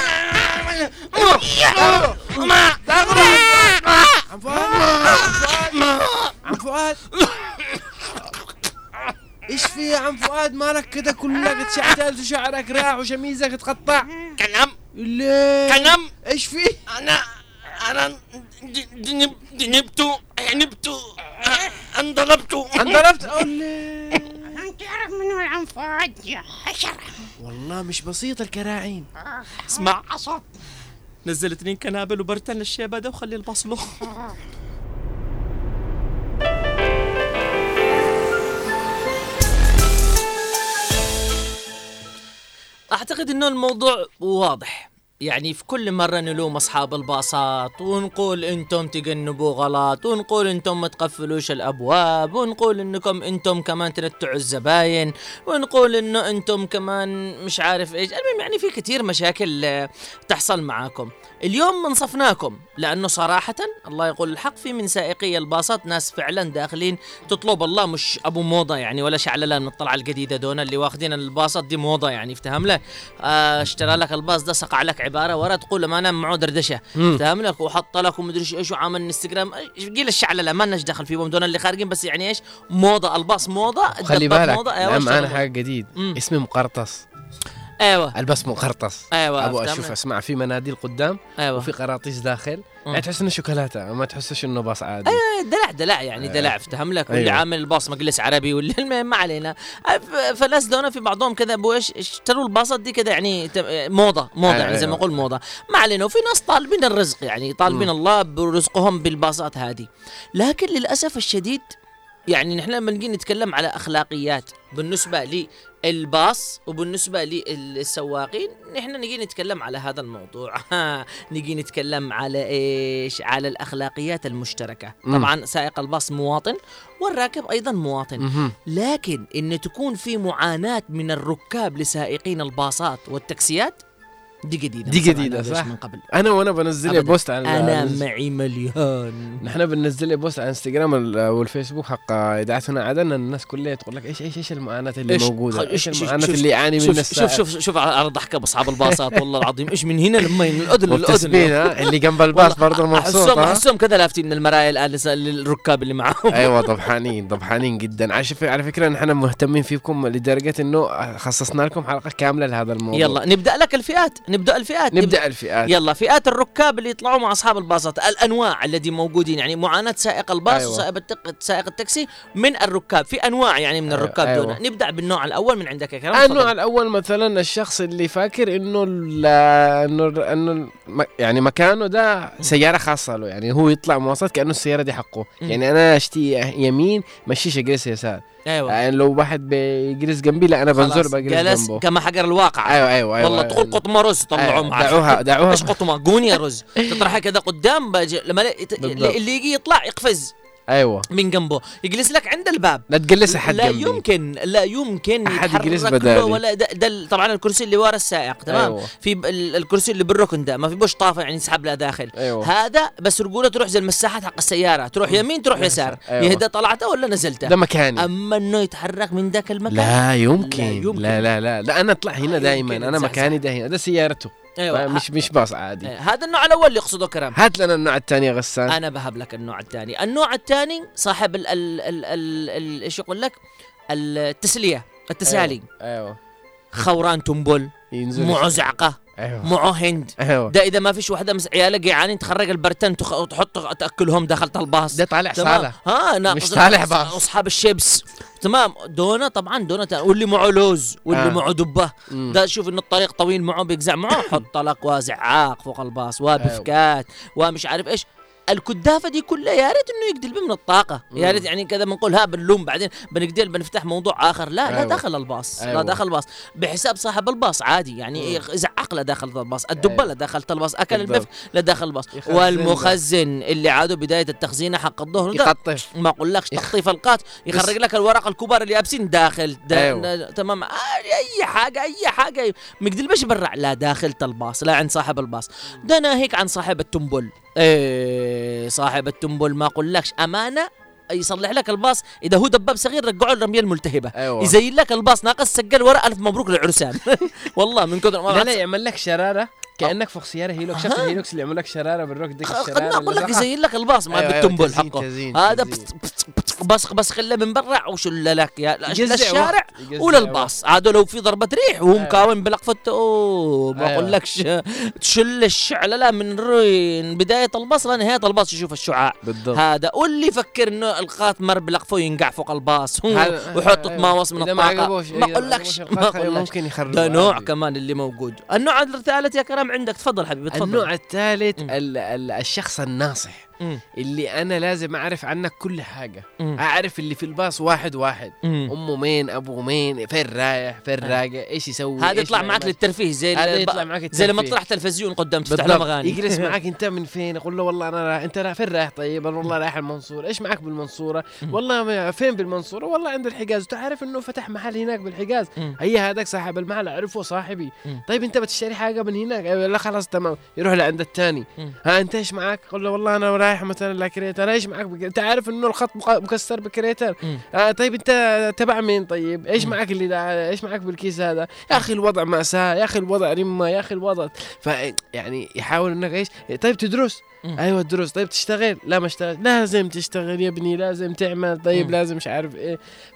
Speaker 4: ما
Speaker 2: عم فؤاد عم فؤاد ايش في يا عم فؤاد مالك كده كلك تشعتلت وشعرك راح وشميزك تقطع
Speaker 4: كلام
Speaker 2: ليه
Speaker 4: كلام
Speaker 2: ايش في
Speaker 4: انا انا دنب دنبتو نبتو انضربتو
Speaker 2: انضربت او ليه
Speaker 3: انت تعرف منو عم فؤاد يا حشر
Speaker 2: والله مش بسيط الكراعين
Speaker 1: اسمع
Speaker 3: عصب
Speaker 1: نزل اثنين كنابل وبرتن للشيبه ده وخلي الباص له اعتقد انه الموضوع واضح يعني في كل مرة نلوم أصحاب الباصات ونقول أنتم تجنبوا غلط، ونقول أنتم ما تقفلوش الأبواب، ونقول أنكم أنتم كمان تنتعوا الزباين، ونقول أنه أنتم كمان مش عارف إيش. المهم يعني في كتير مشاكل آه، تحصل معاكم. اليوم منصفناكم لأنه صراحة الله يقول الحق، في من سائقي الباصات ناس فعلا داخلين تطلب الله، مش أبو موضة يعني ولا شعللان من الطلعة الجديدة دون اللي واخدين الباصات دي موضة يعني. افتهم له آه اشترى لك الباص ده، سقع لك عبارة ورا تقول له ما أنا معه دردشة، افتهم لك وحط لك ومدري ايش وعامل انستغرام. قيل الشعللة ما لناش دخل فيهم دون اللي خارجين، بس يعني ايش موضة الباص موضة.
Speaker 2: خلي بالك
Speaker 1: موضة.
Speaker 2: أيوة معانا حاجة جديد اسمه مقرطس.
Speaker 1: ايوه
Speaker 2: البس مقرطس.
Speaker 1: ايوه
Speaker 2: ابو اشوف اسمع في مناديل قدام
Speaker 1: أيوة.
Speaker 2: وفي قراطيس داخل يعني تحس انه شوكولاته ما تحسش انه باص عادي.
Speaker 1: ايه دلع دلع يعني دلع افتهم لك. واللي
Speaker 2: أيوة.
Speaker 1: عامل الباص مجلس عربي واللي المهم ما علينا. فناس دونا في بعضهم كذا ابو ايش اشتروا الباصات دي كذا يعني موضه موضه
Speaker 2: أيوة.
Speaker 1: يعني زي ما نقول موضه ما علينا. وفي ناس طالبين الرزق يعني طالبين م. الله برزقهم بالباصات هذه. لكن للاسف الشديد يعني نحن لما نجي نتكلم على اخلاقيات بالنسبه للباص وبالنسبه للسواقين، نحن نجي نتكلم على هذا الموضوع. نجي نتكلم على ايش؟ على الاخلاقيات المشتركه. طبعا سائق الباص مواطن والراكب ايضا مواطن، لكن ان تكون في معاناه من الركاب لسائقين الباصات والتاكسيات دي جديدة.
Speaker 2: دي جديدة صح من قبل. انا وانا بنزل لي بوست على
Speaker 1: انا معي مليون.
Speaker 2: نحن بننزل لي بوست على انستغرام والفيسبوك حق اذاعه هنا عدن، الناس كلها تقول لك ايش ايش ايش المعاناه اللي إيش موجوده، ايش المعاناه اللي يعاني منها السائق.
Speaker 1: شوف شوف شوف على ضحكه باصحاب الباصات والله العظيم ايش من هنا لما من الاذن للاذن
Speaker 2: اللي جنب الباص برضه مبسوط.
Speaker 1: احسهم كذا لافتين من المرايا الان للركاب اللي معاهم.
Speaker 2: ايوه ضبحانين ضبحانين جدا. على فكره نحن مهتمين فيكم لدرجه انه خصصنا لكم حلقه كامله لهذا الموضوع.
Speaker 1: يلا نبدا لك الفئات نبدا الفئات
Speaker 2: نبدأ الفئات.
Speaker 1: يلا فئات الركاب اللي يطلعوا مع أصحاب الباصات، الأنواع الذي موجودين يعني معاناة سائق الباص أيوة. وسائق سائق التاكسي من الركاب، في أنواع يعني من الركاب أيوة. دون. نبدأ بالنوع الأول من عندك يا كرام.
Speaker 2: النوع فضل. الأول مثلا الشخص اللي فاكر إنه إنه إنه يعني مكانه ده سيارة خاصة له، يعني هو يطلع مواصلات كأنه السيارة دي حقه. م. يعني أنا أشتي يمين مشيش أجلس يسار.
Speaker 1: ايوه
Speaker 2: يعني لو واحد بيجلس جنبي لا انا بنزور بجلس جنبه
Speaker 1: كما حجر الواقع.
Speaker 2: ايوه ايوه ايوه
Speaker 1: والله تقول قطمه رز طلعوا
Speaker 2: أيوة. معاه دعوها دعوها
Speaker 1: ايش قطمه قوني رز تطرحها كذا قدام لما اللي يجي يطلع يقفز
Speaker 2: ايوه
Speaker 1: من جنبه يجلس لك عند الباب.
Speaker 2: لا تجلس احد
Speaker 1: لا
Speaker 2: جنبي.
Speaker 1: يمكن لا يمكن
Speaker 2: احد يجلس بدالي
Speaker 1: ولا ده, ده طبعا الكرسي اللي ورا السائق تمام. أيوة. في الكرسي اللي بالركن ده ما في بوش طافه يعني يسحب له داخل.
Speaker 2: أيوة.
Speaker 1: هذا بس رجوله تروح زي المساحات حق السياره، تروح يمين تروح يسار. أيوة. يهدى طلعته ولا نزلته
Speaker 2: ده مكاني.
Speaker 1: اما انه يتحرك من ذاك المكان
Speaker 2: لا يمكن. لا يمكن لا لا لا, لا انا اطلع هنا دائما انا مكاني ده هنا ده سيارته.
Speaker 1: أيوة.
Speaker 2: مش مش باص عادي.
Speaker 1: هذا النوع الاول اللي يقصده كرام.
Speaker 2: هات لنا النوع الثاني يا غسان.
Speaker 1: انا بهب لك النوع الثاني. النوع الثاني صاحب ال ال ال ال ايش يقول لك التسليه التسالي.
Speaker 2: ايوه, أيوة.
Speaker 1: خوران تنبل معه زعقه.
Speaker 2: أيوة.
Speaker 1: معه هند.
Speaker 2: أيوة.
Speaker 1: ده اذا ما فيش وحده مس عيالها جيعانين تخرج البرتن وتحط تاكلهم داخل الباص.
Speaker 2: ده طالع صالح.
Speaker 1: ها
Speaker 2: مش طالع باص.
Speaker 1: اصحاب الشيبس تمام دونا طبعا دونا واللي معه لوز واللي آه. معه دبه. مم. ده شوف انه الطريق طويل معه بيجزع معه حط لك وازعاق فوق الباص وبفكات أيوة. ومش عارف ايش. الكدافه دي كلها يا ريت انه يقتل بيه من الطاقه. يا ريت يعني كذا بنقول ها بنلوم بعدين بنقدر بنفتح موضوع اخر. لا أيوة. لا داخل الباص. أيوة. لا داخل الباص بحساب صاحب الباص عادي يعني زعق له داخل الباص. الدبه أيوة. لا داخل الباص اكل البف لا داخل الباص. والمخزن اللي عادوا بدايه التخزينه حق الظهر
Speaker 2: يقطف
Speaker 1: ما اقولكش تقطيف القات يخرج لك الورق الكبار اللي يابسين داخل أيوة. تمام اي حاجه اي حاجه مقدر باش برع لا داخل الباص لا عند صاحب الباص. ده ناهيك عن صاحب التنبل. ايه صاحب التنبل ما اقولكش امانه يصلح لك الباص اذا هو دباب صغير رجعوا الرميه الملتهبه.
Speaker 2: أيوة.
Speaker 1: يزين لك الباص ناقص سجل ورا الف مبروك للعرسان. والله من كثر
Speaker 2: ما لا لا يعمل لك شراره كانك فوق سياره هيلوكس. شفت الهيلوكس اللي يعمل لك شراره بالروك ديك الشراره
Speaker 1: انا اقول لك يزين لك الباص ما أيوة بالتنبل
Speaker 2: أيوة
Speaker 1: حقه هذا بس بس خله من برا وشل لك يا الشارع ولا الباص عادوا لو في ضربه ريح وهو مكاون بلقفته اوه ما اقولكش تشل الشعله لا من بدايه الباص لنهايه الباص يشوف الشعاع
Speaker 2: بالضبط.
Speaker 1: هذا واللي يفكر انه القات مر بلقفه ينقع فوق الباص ويحط طماوص من الطاقه ما اقولكش
Speaker 2: ممكن يخرب.
Speaker 1: ده نوع كمان اللي موجود. النوع الثالث يا كرام عندك تفضل حبيبي تفضل.
Speaker 2: النوع الثالث الشخص الناصح
Speaker 1: مم.
Speaker 2: اللي انا لازم اعرف عنك كل حاجه.
Speaker 1: مم.
Speaker 2: اعرف اللي في الباص واحد واحد،
Speaker 1: مم.
Speaker 2: امه مين، ابوه مين، فين رايح، فين راجع، ايش يسوي،
Speaker 1: هذا
Speaker 2: إيش
Speaker 1: يطلع
Speaker 2: ما
Speaker 1: معك
Speaker 2: يعمل.
Speaker 1: للترفيه زي
Speaker 2: هذا
Speaker 1: ال-
Speaker 2: يطلع معك
Speaker 1: زي لما
Speaker 2: الترفيه.
Speaker 1: تطلع تلفزيون قدام تفتح لهم
Speaker 2: بالضبط.
Speaker 1: اغاني.
Speaker 2: يجلس معك انت من فين، يقول له والله انا رايح، انت رايح فين رايح، طيب انا والله رايح المنصوره، ايش معك بالمنصوره، والله ما- فين بالمنصوره، والله عند الحجاز، تعرف انه فتح محل هناك بالحجاز،
Speaker 1: مم.
Speaker 2: هي هذاك صاحب المحل اعرفه صاحبي،
Speaker 1: مم.
Speaker 2: طيب انت بتشتري حاجه من هناك، أيوة، لا خلاص تمام، يروح لعند الثاني،
Speaker 1: مم.
Speaker 2: ها انت ايش معك، يقول له والله انا رايح مثلا لكريتر، ايش معك بك... انت عارف انه الخط مق- مكسر بكريتر،
Speaker 1: مم.
Speaker 2: آه طيب انت تبع مين، طيب ايش
Speaker 1: مم.
Speaker 2: معك اللي دا... ايش معك بالكيس هذا، يا اخي الوضع مأساة، يا اخي الوضع رمة، يا اخي الوضع، ف يعني يحاول انك ايش، طيب تدرس،
Speaker 1: مم.
Speaker 2: ايوه تدرس، طيب تشتغل، لا ما اشتغل، لازم تشتغل يا ابني، لازم تعمل، طيب
Speaker 1: مم.
Speaker 2: لازم مش عارف ايه،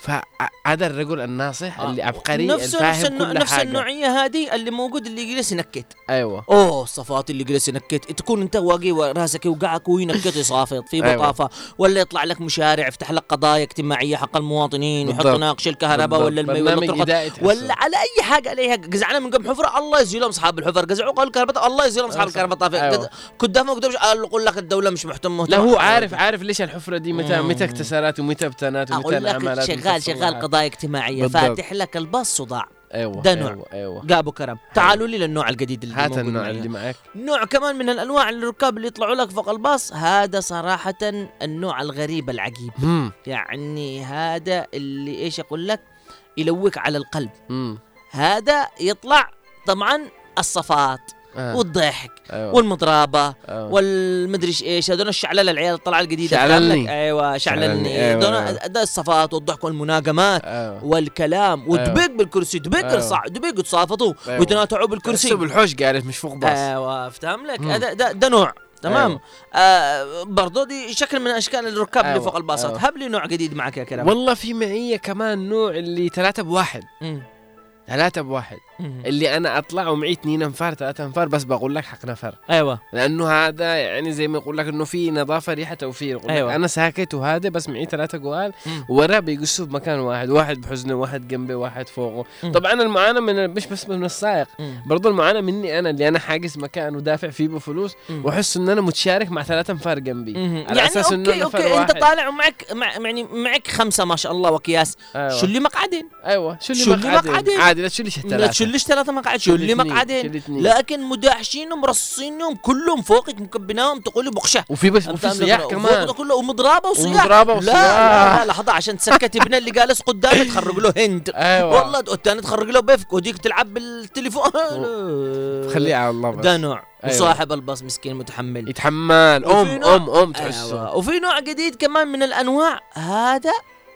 Speaker 2: فهذا الرجل الناصح
Speaker 1: آه.
Speaker 2: اللي عبقري
Speaker 1: نفس نفس,
Speaker 2: الفاهم
Speaker 1: النوع
Speaker 2: كل
Speaker 1: نفس
Speaker 2: حاجة.
Speaker 1: النوعيه هذه اللي موجود اللي يجلس ينكت.
Speaker 2: ايوه
Speaker 1: اوه الصفات اللي جلس ينكت، تكون انت واقي وراسك يوقعك وينكت يصافط في
Speaker 2: أيوة.
Speaker 1: بطافه، ولا يطلع لك مشارع يفتح لك قضايا اجتماعيه حق المواطنين ويحط
Speaker 2: بالضبط.
Speaker 1: ناقش الكهرباء ولا المي ولا
Speaker 2: برنامج
Speaker 1: الطرقات
Speaker 2: إدائي تحسن.
Speaker 1: ولا على اي حاجه عليها قزعنا من قبل حفره، الله يزيلهم اصحاب الحفر، قزعوا قال الكهرباء الله يزيلهم اصحاب الكهرباء طافي،
Speaker 2: أيوة.
Speaker 1: قدام قدام قال يقول لك الدوله مش مهتمه.
Speaker 2: لا هو عارف عارف ليش الحفرة دي، متى
Speaker 1: مم.
Speaker 2: متى اكتسارات ومتى ابتنات ومتى
Speaker 1: اقول لك
Speaker 2: انعمالات
Speaker 1: شغال
Speaker 2: ومتى
Speaker 1: شغال
Speaker 2: تصلحات.
Speaker 1: قضايا اجتماعيه،
Speaker 2: بالضبط.
Speaker 1: فاتح لك الباص صداع.
Speaker 2: ايوه
Speaker 1: ده نوع.
Speaker 2: ايوه ايوه
Speaker 1: جابوا كرم. تعالوا لي للنوع الجديد اللي
Speaker 2: هات
Speaker 1: موجود
Speaker 2: النوع
Speaker 1: معي.
Speaker 2: اللي معك.
Speaker 1: نوع كمان من الانواع الركاب اللي يطلعوا لك فوق الباص، هذا صراحه النوع الغريب العجيب،
Speaker 2: امم
Speaker 1: يعني هذا اللي ايش اقول لك يلوك على القلب.
Speaker 2: امم
Speaker 1: هذا يطلع طبعا الصفات
Speaker 2: آه.
Speaker 1: والضحك
Speaker 2: أيوة.
Speaker 1: والمضربه
Speaker 2: أيوة.
Speaker 1: والمدري ايش، هذول الشعلله العيال الطلعه الجديده
Speaker 2: شعللني.
Speaker 1: بتاعت لك. ايوه شعللني،
Speaker 2: شعللني. أيوة.
Speaker 1: هذول
Speaker 2: أيوة.
Speaker 1: ده الصفات والضحك والمناغمات
Speaker 2: ايوه
Speaker 1: والكلام ودبيق بالكرسي، دبيق
Speaker 2: أيوة.
Speaker 1: الصع دبيق يتصافطوا
Speaker 2: أيوة.
Speaker 1: ويتناطعوا بالكرسي.
Speaker 2: كرسي بالحوش قالت مش فوق باص.
Speaker 1: ايوه فاهم لك،
Speaker 2: مم.
Speaker 1: هذا ده, ده نوع تمام.
Speaker 2: أيوة.
Speaker 1: آه برضو دي شكل من اشكال الركاب اللي
Speaker 2: أيوة.
Speaker 1: فوق الباصات.
Speaker 2: أيوة.
Speaker 1: هب لي نوع جديد معك يا كلام.
Speaker 2: والله في معية كمان نوع اللي ثلاثة بواحد،
Speaker 1: مم.
Speaker 2: ثلاثة بواحد
Speaker 1: مم.
Speaker 2: اللي انا اطلع ومعي اثنين انفار ثلاثة انفار، بس بقول لك حق نفر،
Speaker 1: ايوه
Speaker 2: لانه هذا يعني زي ما يقول لك انه في نظافه ريحه توفير.
Speaker 1: أيوة.
Speaker 2: أيوة. انا ساكت وهذا بس معي ثلاثه جوال
Speaker 1: مم.
Speaker 2: وراه بيقصوا بمكان واحد، واحد بحزنه، واحد جنبي، واحد فوقه.
Speaker 1: مم.
Speaker 2: طبعا المعاناه من مش بس من السائق،
Speaker 1: مم.
Speaker 2: برضو المعاناه مني انا اللي انا حاجز مكان ودافع فيه بفلوس،
Speaker 1: مم.
Speaker 2: واحس ان انا متشارك مع ثلاثه انفار جنبي،
Speaker 1: مم.
Speaker 2: على
Speaker 1: يعني
Speaker 2: اساس انه
Speaker 1: اوكي
Speaker 2: نفر
Speaker 1: اوكي
Speaker 2: واحد.
Speaker 1: انت طالع ومعك مع يعني معك خمسه ما شاء الله واكياس.
Speaker 2: أيوة.
Speaker 1: شو اللي مقعدين؟
Speaker 2: ايوه شو اللي
Speaker 1: شو اللي
Speaker 2: مقعدين؟
Speaker 1: مقعدين؟
Speaker 2: عادي لا تشيلش
Speaker 1: لا
Speaker 2: الثلاثه،
Speaker 1: تشلش ثلاثه مقعد، شو اللي
Speaker 2: شيل اثنين،
Speaker 1: مقعدين؟
Speaker 2: شيل اثنين.
Speaker 1: لكن مداحشينهم مرصينهم كلهم فوقك مكبناهم تقولي بخشه.
Speaker 2: وفي بس وفي
Speaker 1: فاهم
Speaker 2: صياح
Speaker 1: لك؟
Speaker 2: كمان،
Speaker 1: وفوق ده كله ومضربه وصياح.
Speaker 2: ومضربة
Speaker 1: لا
Speaker 2: وصياح.
Speaker 1: لا لا لحظه عشان تسكت ابنه اللي جالس قدامي تخرج له هند.
Speaker 2: أيوة.
Speaker 1: والله والثاني تخرج له بيفك وديك تلعب بالتليفون.
Speaker 2: خليه على الله بس.
Speaker 1: ده نوع.
Speaker 2: أيوة.
Speaker 1: وصاحب الباص مسكين متحمل.
Speaker 2: يتحمل
Speaker 1: وفي
Speaker 2: ام
Speaker 1: نوع-
Speaker 2: ام ام تحسه.
Speaker 1: أيوة. وفي نوع جديد كمان من الانواع، هذا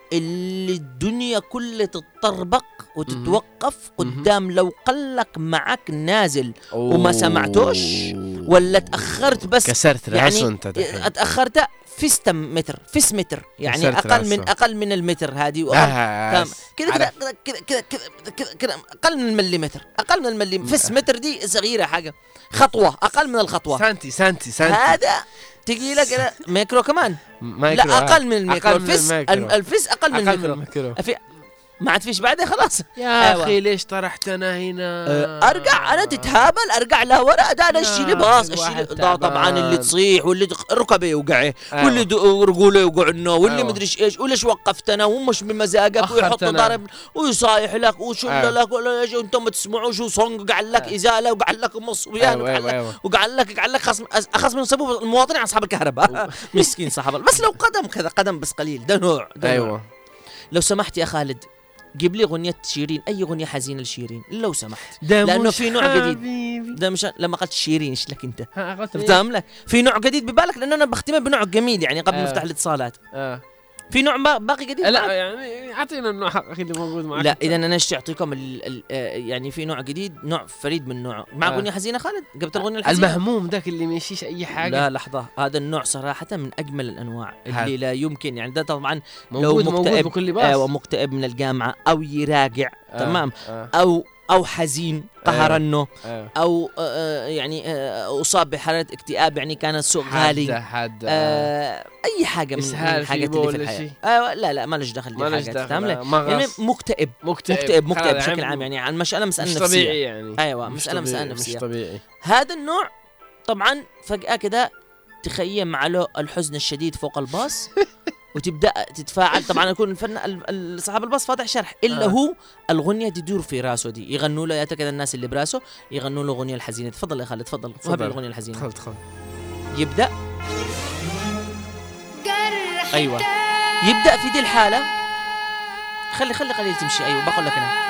Speaker 1: اللي الدنيا كلها تتطربق وتتوقف قدام لو قلك معك نازل وما سمعتوش ولا تاخرت بس
Speaker 2: كسرت راسه
Speaker 1: يعني
Speaker 2: انت دحين.
Speaker 1: اتاخرت فيستم متر فيس متر يعني
Speaker 2: كسرت
Speaker 1: اقل من
Speaker 2: راسه.
Speaker 1: اقل من المتر هذه
Speaker 2: بس.
Speaker 1: تمام كذا كذا
Speaker 2: عرف.
Speaker 1: كذا كذا كذا كذا كذا اقل من المليمتر، اقل من المليمتر، فيس متر دي صغيره حاجه، خطوه اقل من الخطوه.
Speaker 2: سانتي سانتي سانتي
Speaker 1: هذا تجي لك أنا ميكرو كمان.
Speaker 2: مايكرو،
Speaker 1: لا
Speaker 2: آه.
Speaker 1: اقل من الميكرو،
Speaker 2: أقل من
Speaker 1: الفيس
Speaker 2: الميكرو.
Speaker 1: الفيس اقل من
Speaker 2: أقل من
Speaker 1: الميكرو.
Speaker 2: الميكرو.
Speaker 1: في ما عاد فيش بعدها خلاص.
Speaker 2: يا
Speaker 1: أيوة.
Speaker 2: اخي ليش طرحتنا هنا؟
Speaker 1: أه، ارجع انا تتهابل ارجع لورا، ده انا
Speaker 2: يا
Speaker 1: الشيء باص
Speaker 2: أخي
Speaker 1: الشيء
Speaker 2: الواحد
Speaker 1: ده طبعا
Speaker 2: تعبان.
Speaker 1: اللي تصيح واللي تق- ركبه يوقعه
Speaker 2: أيوة.
Speaker 1: واللي د- رجوله يوقعنا واللي
Speaker 2: أيوة.
Speaker 1: مدري ايش وليش وقفتنا ومش بمزاجك ويحط
Speaker 2: أخرتنا.
Speaker 1: ضرب ويصايح لك وشل
Speaker 2: أيوة.
Speaker 1: لك ولا يجي وانتم ما تسمعوش وصونج وقعد لك ازاله وقعد لك مصبيان
Speaker 2: أيوة،
Speaker 1: وقعد
Speaker 2: أيوة،
Speaker 1: لك
Speaker 2: أيوة.
Speaker 1: وقعد لك قعد لك خصم اخص من سبب المواطنين اصحاب الكهرباء. مسكين صاحب ال- بس لو قدم كذا قدم بس قليل، ده نوع ده نوع.
Speaker 2: ايوه
Speaker 1: لو سمحت يا خالد جيب لي اغنيه شيرين، اي اغنيه حزينه لشيرين لو سمحت،
Speaker 2: ده
Speaker 1: لأنه
Speaker 2: مش
Speaker 1: في نوع جديد.
Speaker 2: حبيبي.
Speaker 1: ده مش لما قلت شيرين ايش لك انت؟
Speaker 2: ها قلت إيه؟
Speaker 1: فاهم لك؟ في نوع جديد ببالك لان انا بختمها بنوع جميل يعني قبل ما
Speaker 2: آه.
Speaker 1: نفتح الاتصالات.
Speaker 2: آه.
Speaker 1: في نوع با- باقي جديد
Speaker 2: لا
Speaker 1: معك؟
Speaker 2: يعني اعطينا النوع حقك اللي موجود معك.
Speaker 1: لا اذا انا ايش اعطيكم ال ال آه، يعني في نوع جديد، نوع فريد من نوعه. مع
Speaker 2: آه.
Speaker 1: اغنيه حزينه خالد قبل الاغنيه الحزينه.
Speaker 2: المهموم ذاك اللي ما يشيش اي حاجه.
Speaker 1: لا لحظه، هذا النوع صراحه من اجمل الانواع اللي
Speaker 2: هذا.
Speaker 1: لا يمكن يعني ده طبعا
Speaker 2: موجود
Speaker 1: لو
Speaker 2: موجود
Speaker 1: مكتئب
Speaker 2: بكل باص.
Speaker 1: ايوه مكتئب من الجامعه او يراجع
Speaker 2: آه.
Speaker 1: تمام
Speaker 2: آه.
Speaker 1: او او حزين قهرنه
Speaker 2: آه.
Speaker 1: او آه، يعني آه، اصاب بحاله اكتئاب يعني كان السوق غالي.
Speaker 2: حد حد
Speaker 1: آه اي حاجه من
Speaker 2: إسهال
Speaker 1: الحاجات
Speaker 2: في
Speaker 1: اللي في
Speaker 2: ولا
Speaker 1: الحياه.
Speaker 2: شيء؟
Speaker 1: آه لا لا ما لهش دخل دي
Speaker 2: ما لهش
Speaker 1: حاجات
Speaker 2: دخل،
Speaker 1: فاهم
Speaker 2: آه،
Speaker 1: لك؟
Speaker 2: مغص.
Speaker 1: يعني مكتئب
Speaker 2: مكتئب
Speaker 1: مكتئب مكتئب
Speaker 2: خلاص،
Speaker 1: بشكل
Speaker 2: عم-
Speaker 1: عام يعني عن مساله مساله
Speaker 2: مش
Speaker 1: نفسيه.
Speaker 2: طبيعي يعني.
Speaker 1: ايوه
Speaker 2: مش
Speaker 1: مساله مساله
Speaker 2: طبيعي،
Speaker 1: نفسيه.
Speaker 2: مش طبيعي.
Speaker 1: هذا النوع طبعا فجاه كده تخيم على الحزن الشديد فوق الباص وتبدا تتفاعل. طبعا يكون الفن صاحب الباص فاتح شرح الا
Speaker 2: آه.
Speaker 1: هو الاغنيه دي تدور في راسه، دي يغنوا له يا كذا الناس اللي براسه يغنوا له اغنيه الحزينه. تفضل يا خالد تفضل وهب الاغنيه الحزينه.
Speaker 2: تفضل تفضل.
Speaker 1: يبدا ايوه يبدا في دي الحاله. خلي خلي قليل تمشي. ايوه بقول لك انا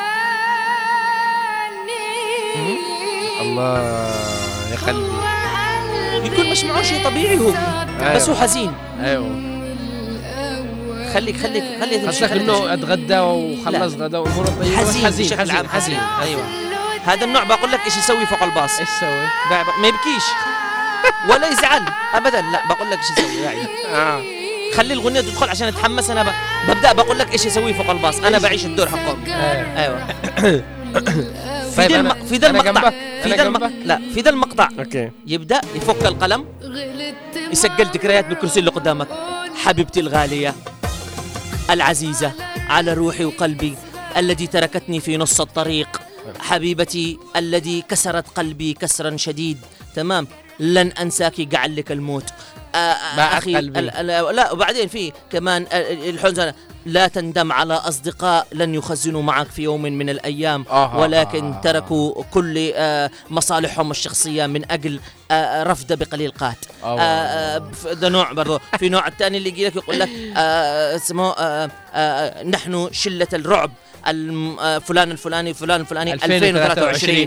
Speaker 2: الله يا قلبي
Speaker 1: يكون مش معه شيء طبيعي هو
Speaker 2: أيوة.
Speaker 1: بس هو حزين.
Speaker 2: ايوه
Speaker 1: خليك خليك خلي تمشي.
Speaker 2: قصدك انه اتغدى وخلص غدا واموره طيبه.
Speaker 1: حزين
Speaker 2: حزين
Speaker 1: بشكل عام حزين. ايوه هذا النوع بقول لك ايش يسوي فوق الباص.
Speaker 2: ايش سوي؟
Speaker 1: ما يبكيش ولا يزعل ابدا، لا بقول لك ايش يسوي. يعني
Speaker 2: اه
Speaker 1: خلي الاغنيه تدخل عشان اتحمس. انا ب... ببدا بقول لك ايش يسوي فوق الباص. انا بعيش الدور حقهم. ايوه في
Speaker 2: طيب
Speaker 1: ذا الم... في ذا المقطع في ذا الم... لا في ذا المقطع
Speaker 2: اوكي
Speaker 1: يبدا يفك القلم يسجل ذكريات بالكرسي اللي قدامك. حبيبتي الغاليه العزيزه على روحي وقلبي الذي تركتني في نص الطريق، حبيبتي الذي كسرت قلبي كسرا شديد. تمام لن انساك جعل لك الموت.
Speaker 2: اخي
Speaker 1: ال ال لا وبعدين في كمان الحزن. لا تندم على أصدقاء لن يخزنوا معك في يوم من الأيام
Speaker 2: آه
Speaker 1: ولكن
Speaker 2: آه
Speaker 1: تركوا كل آه مصالحهم الشخصية من أجل آه رفض بقليل قات. آه ده نوع برضو. في نوع الثاني اللي يجي لك يقول لك آه اسمه آه آه نحن شلة الرعب فلان الفلاني فلان الفلاني ألفين وثلاثة وعشرين.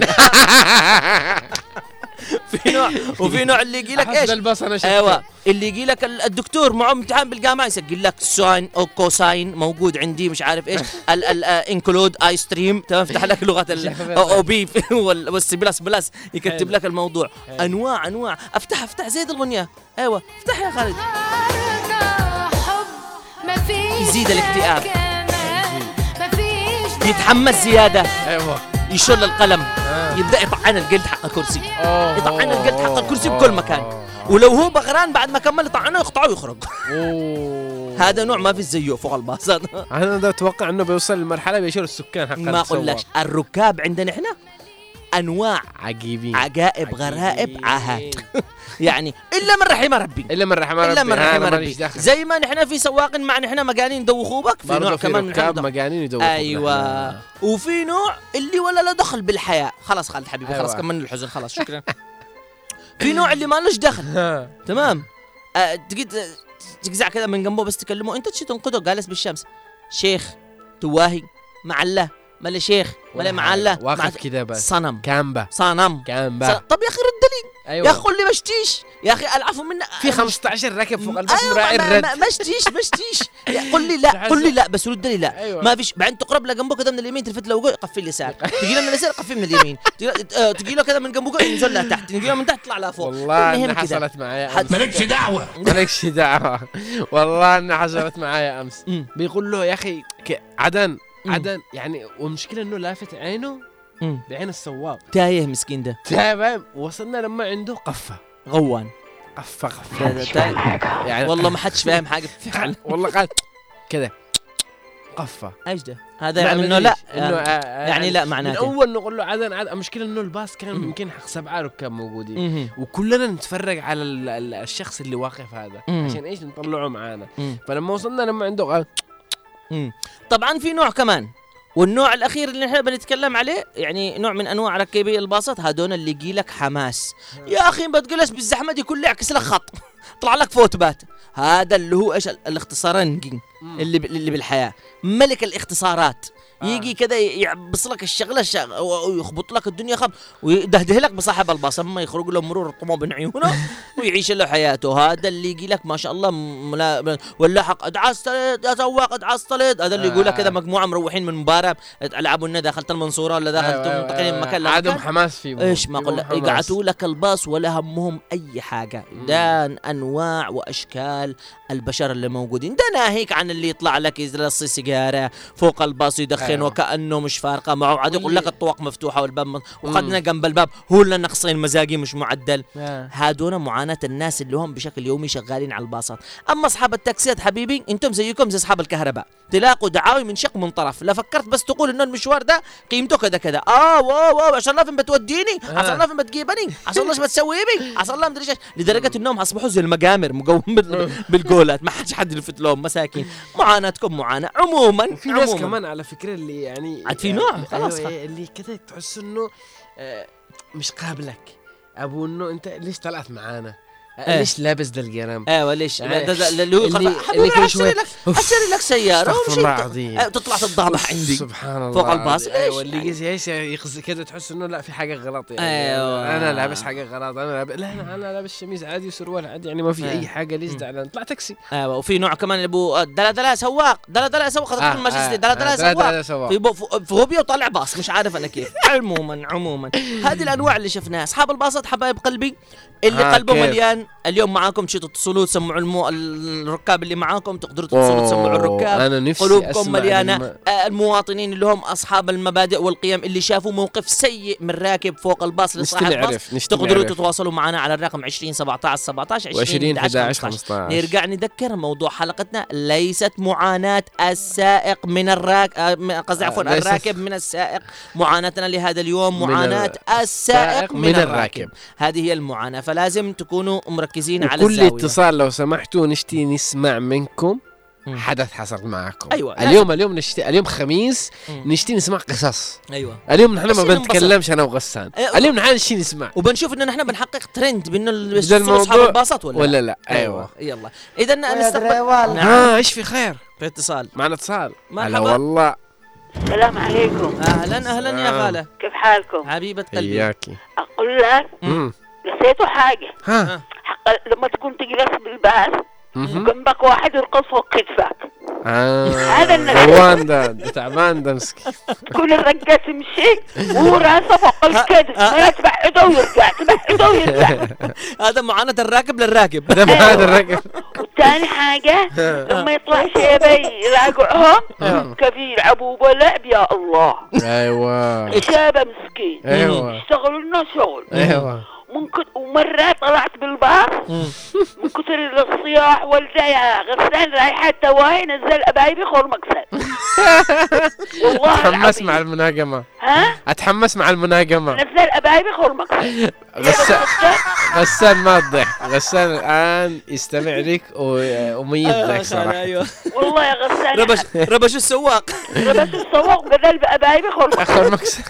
Speaker 1: في نوع وفي نوع اللي يجي لك ايش؟ ايوه اللي يجي لك الدكتور معه امتحان بالجامعه يسجل لك ساين او كوساين موجود عندي مش عارف ايش الانكلود اي ستريم. تمام افتح لك لغه الاو بي والسي بلس بلس يكتب لك الموضوع. انواع انواع. افتح افتح زي الاغنيه. ايوه افتح يا خالد. يزيد الاكتئاب يتحمس زياده.
Speaker 2: ايوه
Speaker 1: يشل القلم يبدا يطعن الجلد حق الكرسي. يطعن الجلد حق الكرسي بكل مكان. ولو هو بغران بعد ما كمل يطعنه يقطعه ويخرج. هذا نوع ما في زيه فوق الباص.
Speaker 2: انا ده اتوقع انه بيوصل لمرحله بيشيل السكان حق
Speaker 1: ما اقول لك الركاب عندنا احنا انواع
Speaker 2: عجيبين
Speaker 1: عجائب غرائب عاهات. يعني الا من رحم ربي
Speaker 2: الا من رحم ربي
Speaker 1: الا من رحم ربي. زي ما نحن في سواق مع نحن مجانين يدوخوا بك، في نوع كمان
Speaker 2: ركاب مجانين يدوخوا.
Speaker 1: ايوه وفي نوع اللي ولا له دخل بالحياه. خلاص خالد حبيبي خلاص كملنا الحزن خلاص شكرا. في نوع اللي ما لهش دخل. تمام أه تجي تجزع كذا من جنبه بس تكلمه انت تشي تنقده جالس بالشمس. شيخ تواهي مع الله ملا شيخ ملا مع الله
Speaker 2: واقف كذا بس
Speaker 1: صنم
Speaker 2: كامبا
Speaker 1: صنم
Speaker 2: كامبا.
Speaker 1: طب يا اخي رد لي.
Speaker 2: أيوة.
Speaker 1: يا اخي قول لي مشتيش يا اخي العفو منا
Speaker 2: في خمسة عشر راكب فوق الباص
Speaker 1: أيوة
Speaker 2: مراعي الرد.
Speaker 1: مشتيش مشتيش قول لي لا قول لي لا بس رد لي لا.
Speaker 2: أيوة.
Speaker 1: ما فيش بعدين تقرب له جنبه كذا من اليمين تلفت له وقول قفل اليسار. تجي له من اليسار قفل من اليمين. تجي له كذا من جنبه قول انزل له تحت. تجي له من تحت طلع له فوق.
Speaker 2: والله انها حصلت معايا.
Speaker 4: مالكش دعوه
Speaker 2: مالكش دعوه والله انها حصلت معايا امس. بيقول له يا اخي عدن عدن يعني والمشكله انه لافت عينه بعين السواق
Speaker 1: تايه مسكين ده.
Speaker 2: تمام وصلنا لما عنده قفه
Speaker 1: غوان
Speaker 2: قفه قفه
Speaker 1: يعني والله ما حدش فاهم حاجه فعلا.
Speaker 2: والله قال كذا قفه.
Speaker 1: ايش ده؟ هذا يعني انه لا
Speaker 2: انه
Speaker 1: يعني لا معناته
Speaker 2: من اول نقول له عدن عدن. المشكله انه الباص كان يمكن حق سبعه ركاب موجودين وكلنا نتفرج على الشخص اللي واقف هذا عشان ايش نطلعه معانا. فلما وصلنا لما عنده قال
Speaker 1: طبعا في نوع كمان والنوع الاخير اللي نحن بنتكلم عليه يعني نوع من انواع ركيبي الباصات. هذول اللي يجي لك حماس يا اخي بتجلس بالزحمه دي كلها يعكس لك خط طلع لك فوتبات. هذا اللي هو ايش الاختصارين اللي اللي بالحياه ملك الاختصارات. يجي كذا يعبص لك الشغله الشغله ويخبط لك الدنيا خب ويدهده لك بصاحب الباص اما يخرج له مرور الطمو بين عيونه ويعيش له حياته. هذا اللي يجي لك ما شاء الله ملا... ولا حق ادعى الصليد يا سواق ادعى الصليد. هذا اللي يقول لك كذا مجموعه مروحين من مباراه العبوا لنا دخلت المنصوره ولا دخلت منتقلين مكان
Speaker 2: عدم حماس فيه
Speaker 1: ايش ما اقول لك يقعدوا لك الباص ولا همهم اي حاجه. ده انواع واشكال البشر اللي موجودين. ده ناهيك عن الجيران اللي يطلع لك يجلس سيجاره فوق الباص يدخن
Speaker 2: أيوة.
Speaker 1: وكانه مش فارقه معه، عاد يقول لك الطوق مفتوحه والباب وقدنا جنب الباب هو اللي نقصين مزاجي مش معدل.
Speaker 2: آه.
Speaker 1: هادونا معاناه الناس اللي هم بشكل يومي شغالين على الباصات. اما اصحاب التاكسيات حبيبي انتم زيكم زي اصحاب الكهرباء، تلاقوا دعاوي من شق من طرف، لا فكرت بس تقول انه المشوار ده قيمته كذا كذا، اه واو واو عشان الله فين بتوديني؟ عشان الله فين بتجيبني؟ عشان الله ايش بتسوي بي؟ عشان الله مدري ايش، لدرجه انهم اصبحوا زي المجامر مقوم بال- بالجولات، ما حدش حد يلفت لهم مساكين. معاناتكم معاناه عموما.
Speaker 2: وفي ناس
Speaker 1: عموماً.
Speaker 2: كمان على فكرة اللي يعني
Speaker 1: عاد في نوع، خلاص.
Speaker 2: أيوة اللي كذا تحس انه آه، مش قابلك، ابو انه انت ليش طلعت معانا؟
Speaker 1: إيه.
Speaker 2: ليش لابس ده القرام؟
Speaker 1: ايوه ليش
Speaker 2: يعني
Speaker 1: ده- ده- اللي هو
Speaker 2: اللي-
Speaker 1: حبيبي
Speaker 2: اللي كل
Speaker 1: راح
Speaker 2: شوي
Speaker 1: اشتري لك اشتري لك سياره
Speaker 2: استغفر
Speaker 1: ومشي
Speaker 2: الله
Speaker 1: ت-
Speaker 2: العظيم.
Speaker 1: آه، تطلع تتضابح عندي
Speaker 2: سبحان الله
Speaker 1: فوق الباص.
Speaker 2: العظيم. ايوه
Speaker 1: إيش
Speaker 2: اللي
Speaker 1: يعني؟
Speaker 2: يجي ايش يخز كذا تحس انه لا في حاجه غلط يعني.
Speaker 1: أيوة.
Speaker 2: انا لابس حاجه غلط، انا لابس لا انا انا لابس شميز عادي وسروال عادي يعني ما في
Speaker 1: أيوة.
Speaker 2: اي حاجه ليش زعلان؟ طلع تاكسي.
Speaker 1: ايوه وفي نوع كمان اللي ابو دلا دلا سواق دلا دلا سواق خذ
Speaker 2: آه،
Speaker 1: كل مجلس
Speaker 2: آه،
Speaker 1: دلا
Speaker 2: آه،
Speaker 1: دلا
Speaker 2: دلا دلا
Speaker 1: سواق
Speaker 2: سواق.
Speaker 1: في بو- في فوبيا وطالع باص مش عارف انا كيف. عموما عموما هذه الانواع اللي شفناها. اصحاب الباصات حبايب قلبي اللي
Speaker 2: آه،
Speaker 1: قلبه
Speaker 2: كيف؟
Speaker 1: مليان اليوم معاكم شي تتصلوا تسمعوا المو... الركاب اللي معاكم تقدروا تتصلوا تسمعوا الركاب.
Speaker 2: انا نفسي
Speaker 1: قلوبكم
Speaker 2: أسمع
Speaker 1: مليانه
Speaker 2: الم-
Speaker 1: آه، المواطنين اللي هم اصحاب المبادئ والقيم اللي شافوا موقف سيء من راكب فوق الباص
Speaker 2: نشتي
Speaker 1: لصاحب باص
Speaker 2: نعرف نشتي
Speaker 1: تقدروا
Speaker 2: نعرف.
Speaker 1: تتواصلوا معنا على الرقم عشرين سبعطعش سبعطعش
Speaker 2: وعشرين
Speaker 1: عشرين
Speaker 2: إحدى عشر خمسطعش.
Speaker 1: نرجع نذكر موضوع حلقتنا ليست معاناة السائق من الراكب، قصدي عفوا
Speaker 2: ليست-
Speaker 1: الراكب من السائق. معاناتنا لهذا اليوم
Speaker 2: من
Speaker 1: معاناة
Speaker 2: ال-
Speaker 1: السائق من,
Speaker 2: من
Speaker 1: الراكب.
Speaker 2: الراكب.
Speaker 1: هذه هي المعاناة، فلازم تكونوا مركزين على
Speaker 2: وكل
Speaker 1: الزاوية.
Speaker 2: اتصال لو سمحتوا نشتي نسمع منكم
Speaker 1: مم.
Speaker 2: حدث حصل معكم.
Speaker 1: أيوة،
Speaker 2: اليوم اليوم نشتي اليوم خميس
Speaker 1: مم.
Speaker 2: نشتي نسمع قصص.
Speaker 1: ايوه
Speaker 2: اليوم نحن ما
Speaker 1: عشان
Speaker 2: بنتكلمش انا وغسان.
Speaker 1: أيوة.
Speaker 2: اليوم نحن نشتي نسمع
Speaker 1: وبنشوف انه نحن بنحقق ترند بانه
Speaker 2: ده
Speaker 1: اصحاب
Speaker 2: الموضوع
Speaker 1: الباصات ولا
Speaker 2: ولا لا؟ ايوه.
Speaker 1: يلا اذا نستقبل. نعم
Speaker 2: ها ايش في خير؟
Speaker 1: في اتصال.
Speaker 2: معنا اتصال. هلا
Speaker 1: مرحبا.
Speaker 2: والله.
Speaker 6: السلام عليكم،
Speaker 1: اهلا اهلا يا
Speaker 2: سلام.
Speaker 1: خاله
Speaker 6: كيف حالكم؟
Speaker 1: حبيبه قلبي.
Speaker 2: اياكي.
Speaker 6: أقول لك
Speaker 2: مم.
Speaker 6: نسيتوا حاجة.
Speaker 2: ها
Speaker 6: حق لما تكون تجلس بالباص
Speaker 2: مهم.
Speaker 6: وجنبك واحد يرقص فوق كتفك،
Speaker 2: آه.
Speaker 6: هذا الناس.
Speaker 2: روان ده ده تعبان ده مسكين.
Speaker 6: كل الرجال تمشي وهو راسه فوق الكتف، ما يتبع ايده ويرجع، تبع ايده ويرجع.
Speaker 1: هذا معاناة الراكب للراكب.
Speaker 2: ده ما هذا الرقم.
Speaker 6: والثاني حاجة لما يطلع شيبة يراجعهم كيف يلعبوا بلعب، يا الله
Speaker 2: ايوه
Speaker 6: شابة مسكين
Speaker 2: ايوه
Speaker 6: يشتغلوا لنا شغل.
Speaker 2: ايوه
Speaker 6: من كت... ومرة طلعت بالباص من كتر الصياح والده يا غسان رايحة تواهي نزل أبايبي خور مقصد. والله
Speaker 2: اتحمس
Speaker 6: العظيم.
Speaker 2: مع المناقمة.
Speaker 6: ها؟
Speaker 2: اتحمس مع المناقمة.
Speaker 6: نزل أبايبي خور مقصد.
Speaker 2: غسان غسان ما تضحك، غسان الان يستمع لك و- وميت ضحك صراحة.
Speaker 1: ايوه
Speaker 6: والله يا غسان
Speaker 1: ربش ربش السواق.
Speaker 6: ربش السواق بدل بأبايبي خور مقصد.
Speaker 2: اخر مكسر.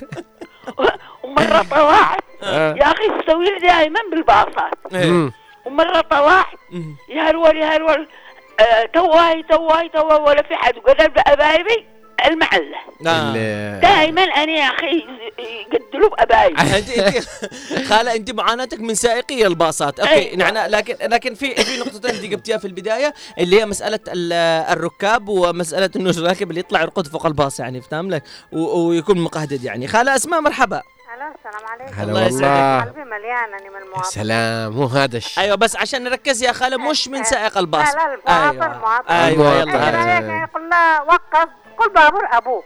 Speaker 6: ومرة طلعت
Speaker 2: آه.
Speaker 6: يا أخي استوي لي دائما بالباصات.
Speaker 2: مم.
Speaker 6: ومرة طلعت يهرول يهرول آه تواهي تواهي تواهي ولا في حد وقدر بأبايبي المعلة.
Speaker 2: اللي-
Speaker 6: دائما أنا يا أخي يقدلوا بأبايبي.
Speaker 1: انت انت خاله انت معاناتك من سائقي الباصات. اوكي
Speaker 6: أيوة.
Speaker 1: نحن لكن لكن في في نقطتين انت جبتيها في البدايه اللي هي مساله ال- الركاب ومساله انه الراكب اللي يطلع يرقد فوق الباص يعني فاهم لك و- ويكون مقهدد يعني. خاله اسماء مرحبا.
Speaker 7: الو السلام عليكم.
Speaker 2: هلا
Speaker 1: الله يسعدك.
Speaker 2: والله.
Speaker 7: قلبي مليان اني من المواطن.
Speaker 2: سلام مو هذا الشيء.
Speaker 1: ايوه بس عشان نركز يا خاله مش من سائق الباص.
Speaker 7: لا لا المواطن
Speaker 1: ايوه
Speaker 7: المواطن.
Speaker 1: ايوه
Speaker 2: المواطن.
Speaker 1: يلا
Speaker 7: ايش رايك يقول له وقف قل بابور ابوه.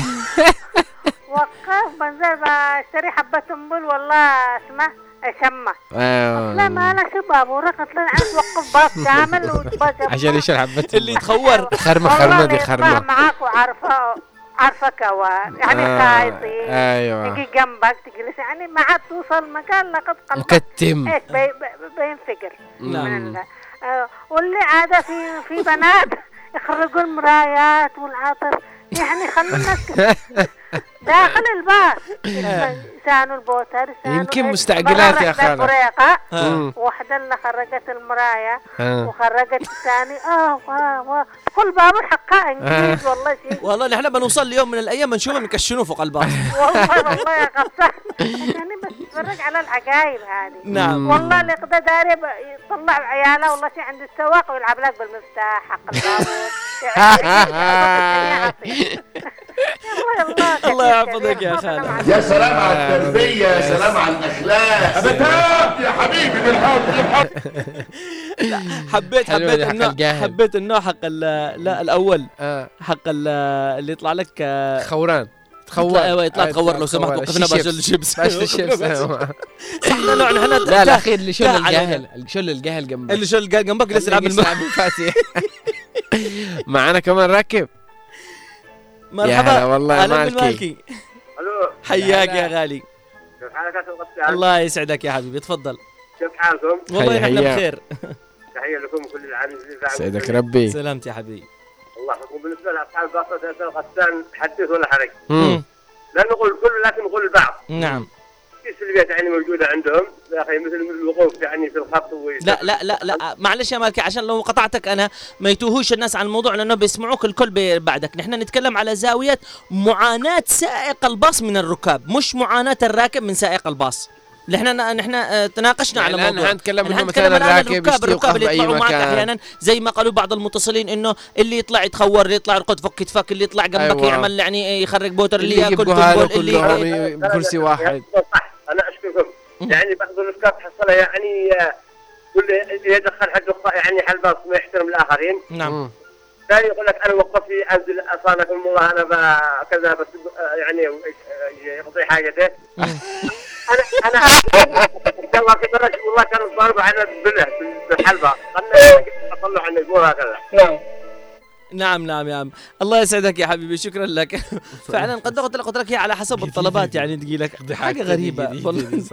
Speaker 7: وقف بنزل بشتري حبة تنبل والله اسمه شمة. لا
Speaker 2: ايوه
Speaker 7: ما لا شو بابورك قلت له عايز توقف باص كامل وتبقى
Speaker 2: عشان يشرب حبة
Speaker 1: اللي يتخور.
Speaker 2: خرمة خرمة دي خرمة.
Speaker 7: معاك وعارفه عارفك هو يعني
Speaker 2: آه،
Speaker 7: خايطين.
Speaker 2: ايوه
Speaker 7: يجي جنبك تجلس يعني ما عاد توصل مكان لقد قلبك
Speaker 2: مكتم.
Speaker 7: ايش بي- بي- بينفجر.
Speaker 1: نعم.
Speaker 7: من ال- آه، واللي عادة في في بنات يخرجوا المرايات والعطر يعني خلوا الناس داخل الباص يسانوا البوتر يسانوا
Speaker 2: يمكن
Speaker 7: إيش.
Speaker 2: مستعجلات
Speaker 7: مرة
Speaker 2: يا
Speaker 7: رحت
Speaker 2: خالة.
Speaker 7: البريقة
Speaker 2: مم.
Speaker 7: واحدة اللي خرجت المراية
Speaker 2: آه.
Speaker 7: وخرجت الثاني اه واه واه كل بابور حقها انجليز والله شيء.
Speaker 1: والله نحن بنوصل ليوم من الايام بنشوفهم يكشنوا فوق الباص.
Speaker 7: والله والله يا غسان يعني بس تتفرج على العجايب هذه.
Speaker 1: نعم.
Speaker 7: والله اللي قد داري ب- يطلع عياله والله شيء عند السواق ويلعب لك بالمفتاح حق البابور. يعني
Speaker 1: الله يحفظك يا خالد.
Speaker 8: يا سلام على التربية، يا سلام على الأخلاق. أبتاب يا حبيبي بالحب بالحب.
Speaker 1: حبيت حبيت النوع حبيت النوع حق لا الاول
Speaker 2: آه.
Speaker 1: حق اللي يطلع لك آه
Speaker 2: خوران
Speaker 1: تخور ايوه يطلع تخور لو سمحت وقفنا باش الشيبس
Speaker 2: باش الشيبس
Speaker 1: صحنا نوع نحن
Speaker 2: لا الاخير اللي شل الجاهل شل الجاهل جنبك
Speaker 1: اللي شل الجاهل جنبك لسه لعب
Speaker 2: الفاتح. معنا كمان راكب.
Speaker 1: مرحبا
Speaker 2: والله
Speaker 1: مالكي.
Speaker 8: الو
Speaker 1: حياك يا غالي.
Speaker 8: كيف حالك يا غسان؟
Speaker 1: الله يسعدك يا حبيبي تفضل.
Speaker 8: كيف حالكم؟
Speaker 1: والله نحن بخير.
Speaker 8: تحية لكم وكل العاملين.
Speaker 2: سعدك ربي.
Speaker 1: سلامتي يا حبيبي.
Speaker 8: الله يحفظكم. بالنسبة لأصحاب باصة غسان حدث ولا حرج.
Speaker 2: امم
Speaker 8: لا نقول الكل لكن نقول البعض.
Speaker 1: نعم.
Speaker 8: في سلبيات يعني موجودة عندهم يا أخي مثل الوقوف يعني في الخط
Speaker 1: لا لا لا لا معلش يا مالكي عشان لو قطعتك أنا ما يتوهوش الناس عن الموضوع لأنه بيسمعوك الكل بعدك. نحن نتكلم على زاوية معاناة سائق الباص من الركاب مش معاناة الراكب من سائق الباص. نحن نحن تناقشنا
Speaker 2: يعني
Speaker 1: على موضوع
Speaker 2: نتكلم انه مثلا الراكب
Speaker 1: الركاب اللي يطلعوا معك احيانا زي ما قالوا بعض المتصلين انه اللي يطلع يتخور اللي يطلع يرقد فك يتفك اللي يطلع جنبك أيوة. يعمل يعني يخرج بوتر اللي ياكل تنبول
Speaker 2: اللي بكرسي واحد.
Speaker 8: صح انا اشكركم. يعني بعض الركاب تحصلها يعني كل يدخل حد يعني حل باص ما يحترم الاخرين.
Speaker 1: نعم.
Speaker 8: ثاني يقول لك انا وقف لي انزل اصانكم والله انا كذا بس يعني يقضي حاجته. انا انا والله كبرت والله كانوا ضاربوا على بالله بالحلبة قلنا اطلع عن الجول هكذا. نعم
Speaker 1: نعم نعم يا عم الله يسعدك يا حبيبي شكرا لك. فعلا قد قلت لك قلت لك هي على حسب الطلبات يعني تجي لك حاجه غريبه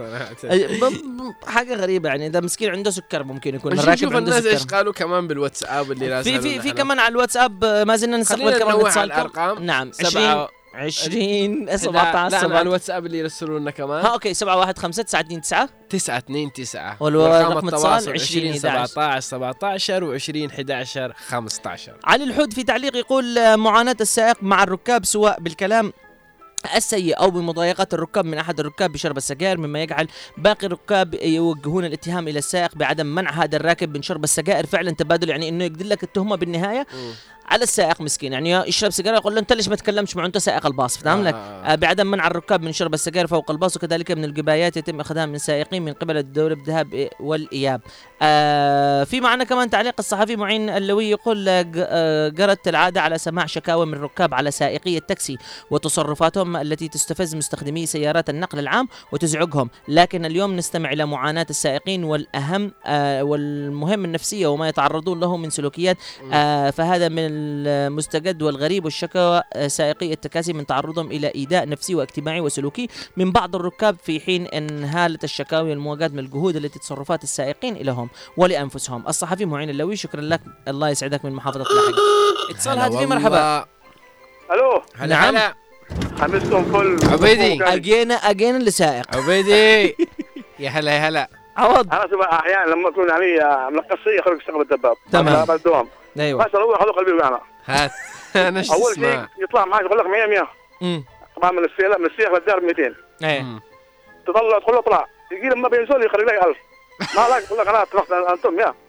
Speaker 1: حاجه غريبه يعني اذا مسكين عنده سكر ممكن يكون
Speaker 2: الراكب عنده سكر. ايش قالوا كمان بالواتساب اللي
Speaker 1: في في في كمان على الواتساب ما زلنا نستقبل كمان
Speaker 2: اتصالكم.
Speaker 1: نعم عشرين عشرين سبعة عشر
Speaker 2: سبعة الواتساب اللي يرسلوا لنا كمان.
Speaker 1: ها اوكي سبعة واحد خمسة تسعة اثنين تسعة
Speaker 2: تسعة اثنين تسعة
Speaker 1: والرقم اتصال
Speaker 2: عشرين سبعة عشر سبعة عشر وعشرين أحد عشر خمسة عشر.
Speaker 1: علي الحود في تعليق يقول معاناة السائق مع الركاب سواء بالكلام السيء أو بمضايقة الركاب من أحد الركاب بشرب السجائر مما يجعل باقي الركاب يوجهون الاتهام إلى السائق بعدم منع هذا الراكب من شرب السجائر. فعلا تبادل يعني إنه يقدر لك التهمة بالنهاية م. على السائق مسكين يعني يشرب سيجاره يقول له انت ليش ما تكلمش مع انت سائق الباص فاهم لك آه. بعدم منع الركاب من شرب السجائر فوق الباص وكذلك من الجبايات يتم اخذها من سائقين من قبل الدوله بالذهاب والاياب. آه في معنا كمان تعليق الصحفي معين اللوي يقول جرت العاده على سماع شكاوى من الركاب على سائقي التاكسي وتصرفاتهم التي تستفز مستخدمي سيارات النقل العام وتزعجهم لكن اليوم نستمع الى معاناه السائقين والاهم آه والمهم النفسيه وما يتعرضون له من سلوكيات آه فهذا من المستجد والغريب والشكوى سائقي التكاسي من تعرضهم إلى إيذاء نفسي واجتماعي وسلوكي من بعض الركاب في حين انهالت الشكاوي المواجهة من الجهود التي تصرفات السائقين لهم ولأنفسهم. الصحفي معين اللوي شكرا لك الله يسعدك من محافظة لاحق. اتصال هاتفي مرحبا.
Speaker 8: الو
Speaker 2: هلا هلا
Speaker 8: حمستكم فل
Speaker 2: عبيدي
Speaker 1: أجينا أجينا لسائق
Speaker 2: عبيدي يا هلا يا هلا
Speaker 1: عوض.
Speaker 8: أنا سبع أحيانا لما أكون علي ملقصي يخرج يشتغل الدباب
Speaker 1: تمام
Speaker 8: الدوام
Speaker 1: ايوه
Speaker 8: بس الاول خذوا قلبي معنا
Speaker 2: هات انا ايش
Speaker 8: اول شيء يطلع معك يقول لك مية مية
Speaker 1: امم
Speaker 8: طبعا من السياره من السياره للدار مئتين
Speaker 1: ايه
Speaker 8: تطلع تقول له اطلع يجي لما بينزل يخرج لك ألف ما لك يقول لك انا اتفقت انتم يا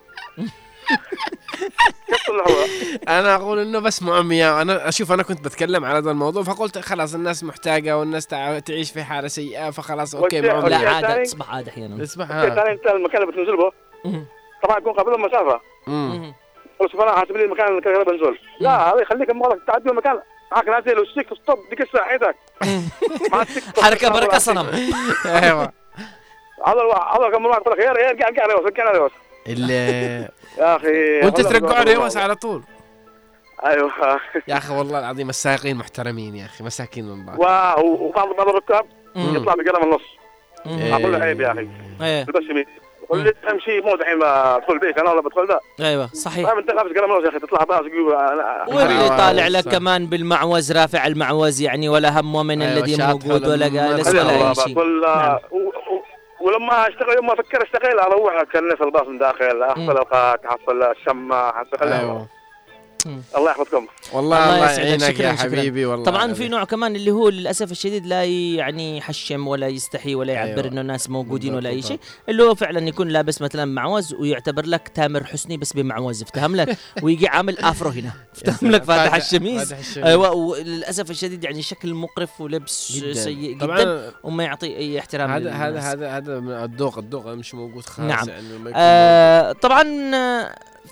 Speaker 8: كيف هو
Speaker 2: انا اقول انه بس معميه. انا اشوف انا كنت بتكلم على هذا الموضوع فقلت خلاص الناس محتاجه والناس تعيش في حاله سيئه فخلاص اوكي معميه.
Speaker 1: لا عاده تصبح عاده احيانا
Speaker 2: تصبح
Speaker 8: انت المكان اللي بتنزل به طبعا يكون قبل المسافه
Speaker 2: امم
Speaker 8: قلت سبحان الله حاسب لي المكان اللي كان بنزل لا هذا يخليك مغلق تعدي المكان معك نازل وسيك ستوب ديك الساعه حياتك
Speaker 1: حركه بركه صنم.
Speaker 8: ايوه هذا هذا كم مره قلت لك يا ارجع ارجع ريوس ارجع ريوس
Speaker 2: اللي
Speaker 8: يا اخي
Speaker 2: وانت ترجعوا ريوس على طول.
Speaker 8: ايوه
Speaker 2: يا اخي والله العظيم السائقين محترمين يا اخي مساكين والله.
Speaker 8: واو وبعض بعض الركاب يطلع بقلم النص اقول له عيب يا اخي
Speaker 1: ايه
Speaker 8: بس قول لي امشي مو دحين بدخل بيك انا ولا بدخل ده.
Speaker 1: ايوه صحيح.
Speaker 8: انت لابس قلم نص يا اخي تطلع باص
Speaker 1: واللي طالع لك كمان بالمعوز رافع المعوز يعني ولا هم من
Speaker 2: أيوة
Speaker 1: الذي موجود ولا جالس ولا اي شيء.
Speaker 8: نعم. ولما اشتغل يوم ما افكر اشتغل اروح اكنس الباص من داخل احصل القاك احصل الشمه احصل
Speaker 2: ايوه
Speaker 8: الله يحفظكم.
Speaker 2: والله
Speaker 1: الله
Speaker 2: الله
Speaker 1: يسعدك.
Speaker 2: يعينك
Speaker 1: شكراً،
Speaker 2: يا
Speaker 1: شكراً.
Speaker 2: حبيبي. والله
Speaker 1: طبعا
Speaker 2: العظيم.
Speaker 1: في نوع كمان اللي هو للاسف الشديد لا يعني يحشم ولا يستحي ولا يعبر
Speaker 2: أيوة.
Speaker 1: انه الناس موجودين
Speaker 2: بالضبط،
Speaker 1: ولا اي
Speaker 2: بالضبط.
Speaker 1: شيء، اللي هو فعلا يكون لابس مثلا معوز ويعتبر لك تامر حسني بس بمعوز، افتهم لك، ويجي عامل افرو هنا، افتهم لك، فاتح الشميز.
Speaker 2: فاتح الشميز.
Speaker 1: ايوه، وللاسف الشديد يعني شكل مقرف ولبس
Speaker 2: جداً.
Speaker 1: سيء جدا
Speaker 2: طبعا
Speaker 1: وما يعطي اي احترام
Speaker 2: هذا هذا
Speaker 1: للناس.
Speaker 2: هذا هذا من الذوق الذوق مش موجود خالص.
Speaker 1: نعم.
Speaker 2: يعني ما يكون
Speaker 1: آه طبعا آه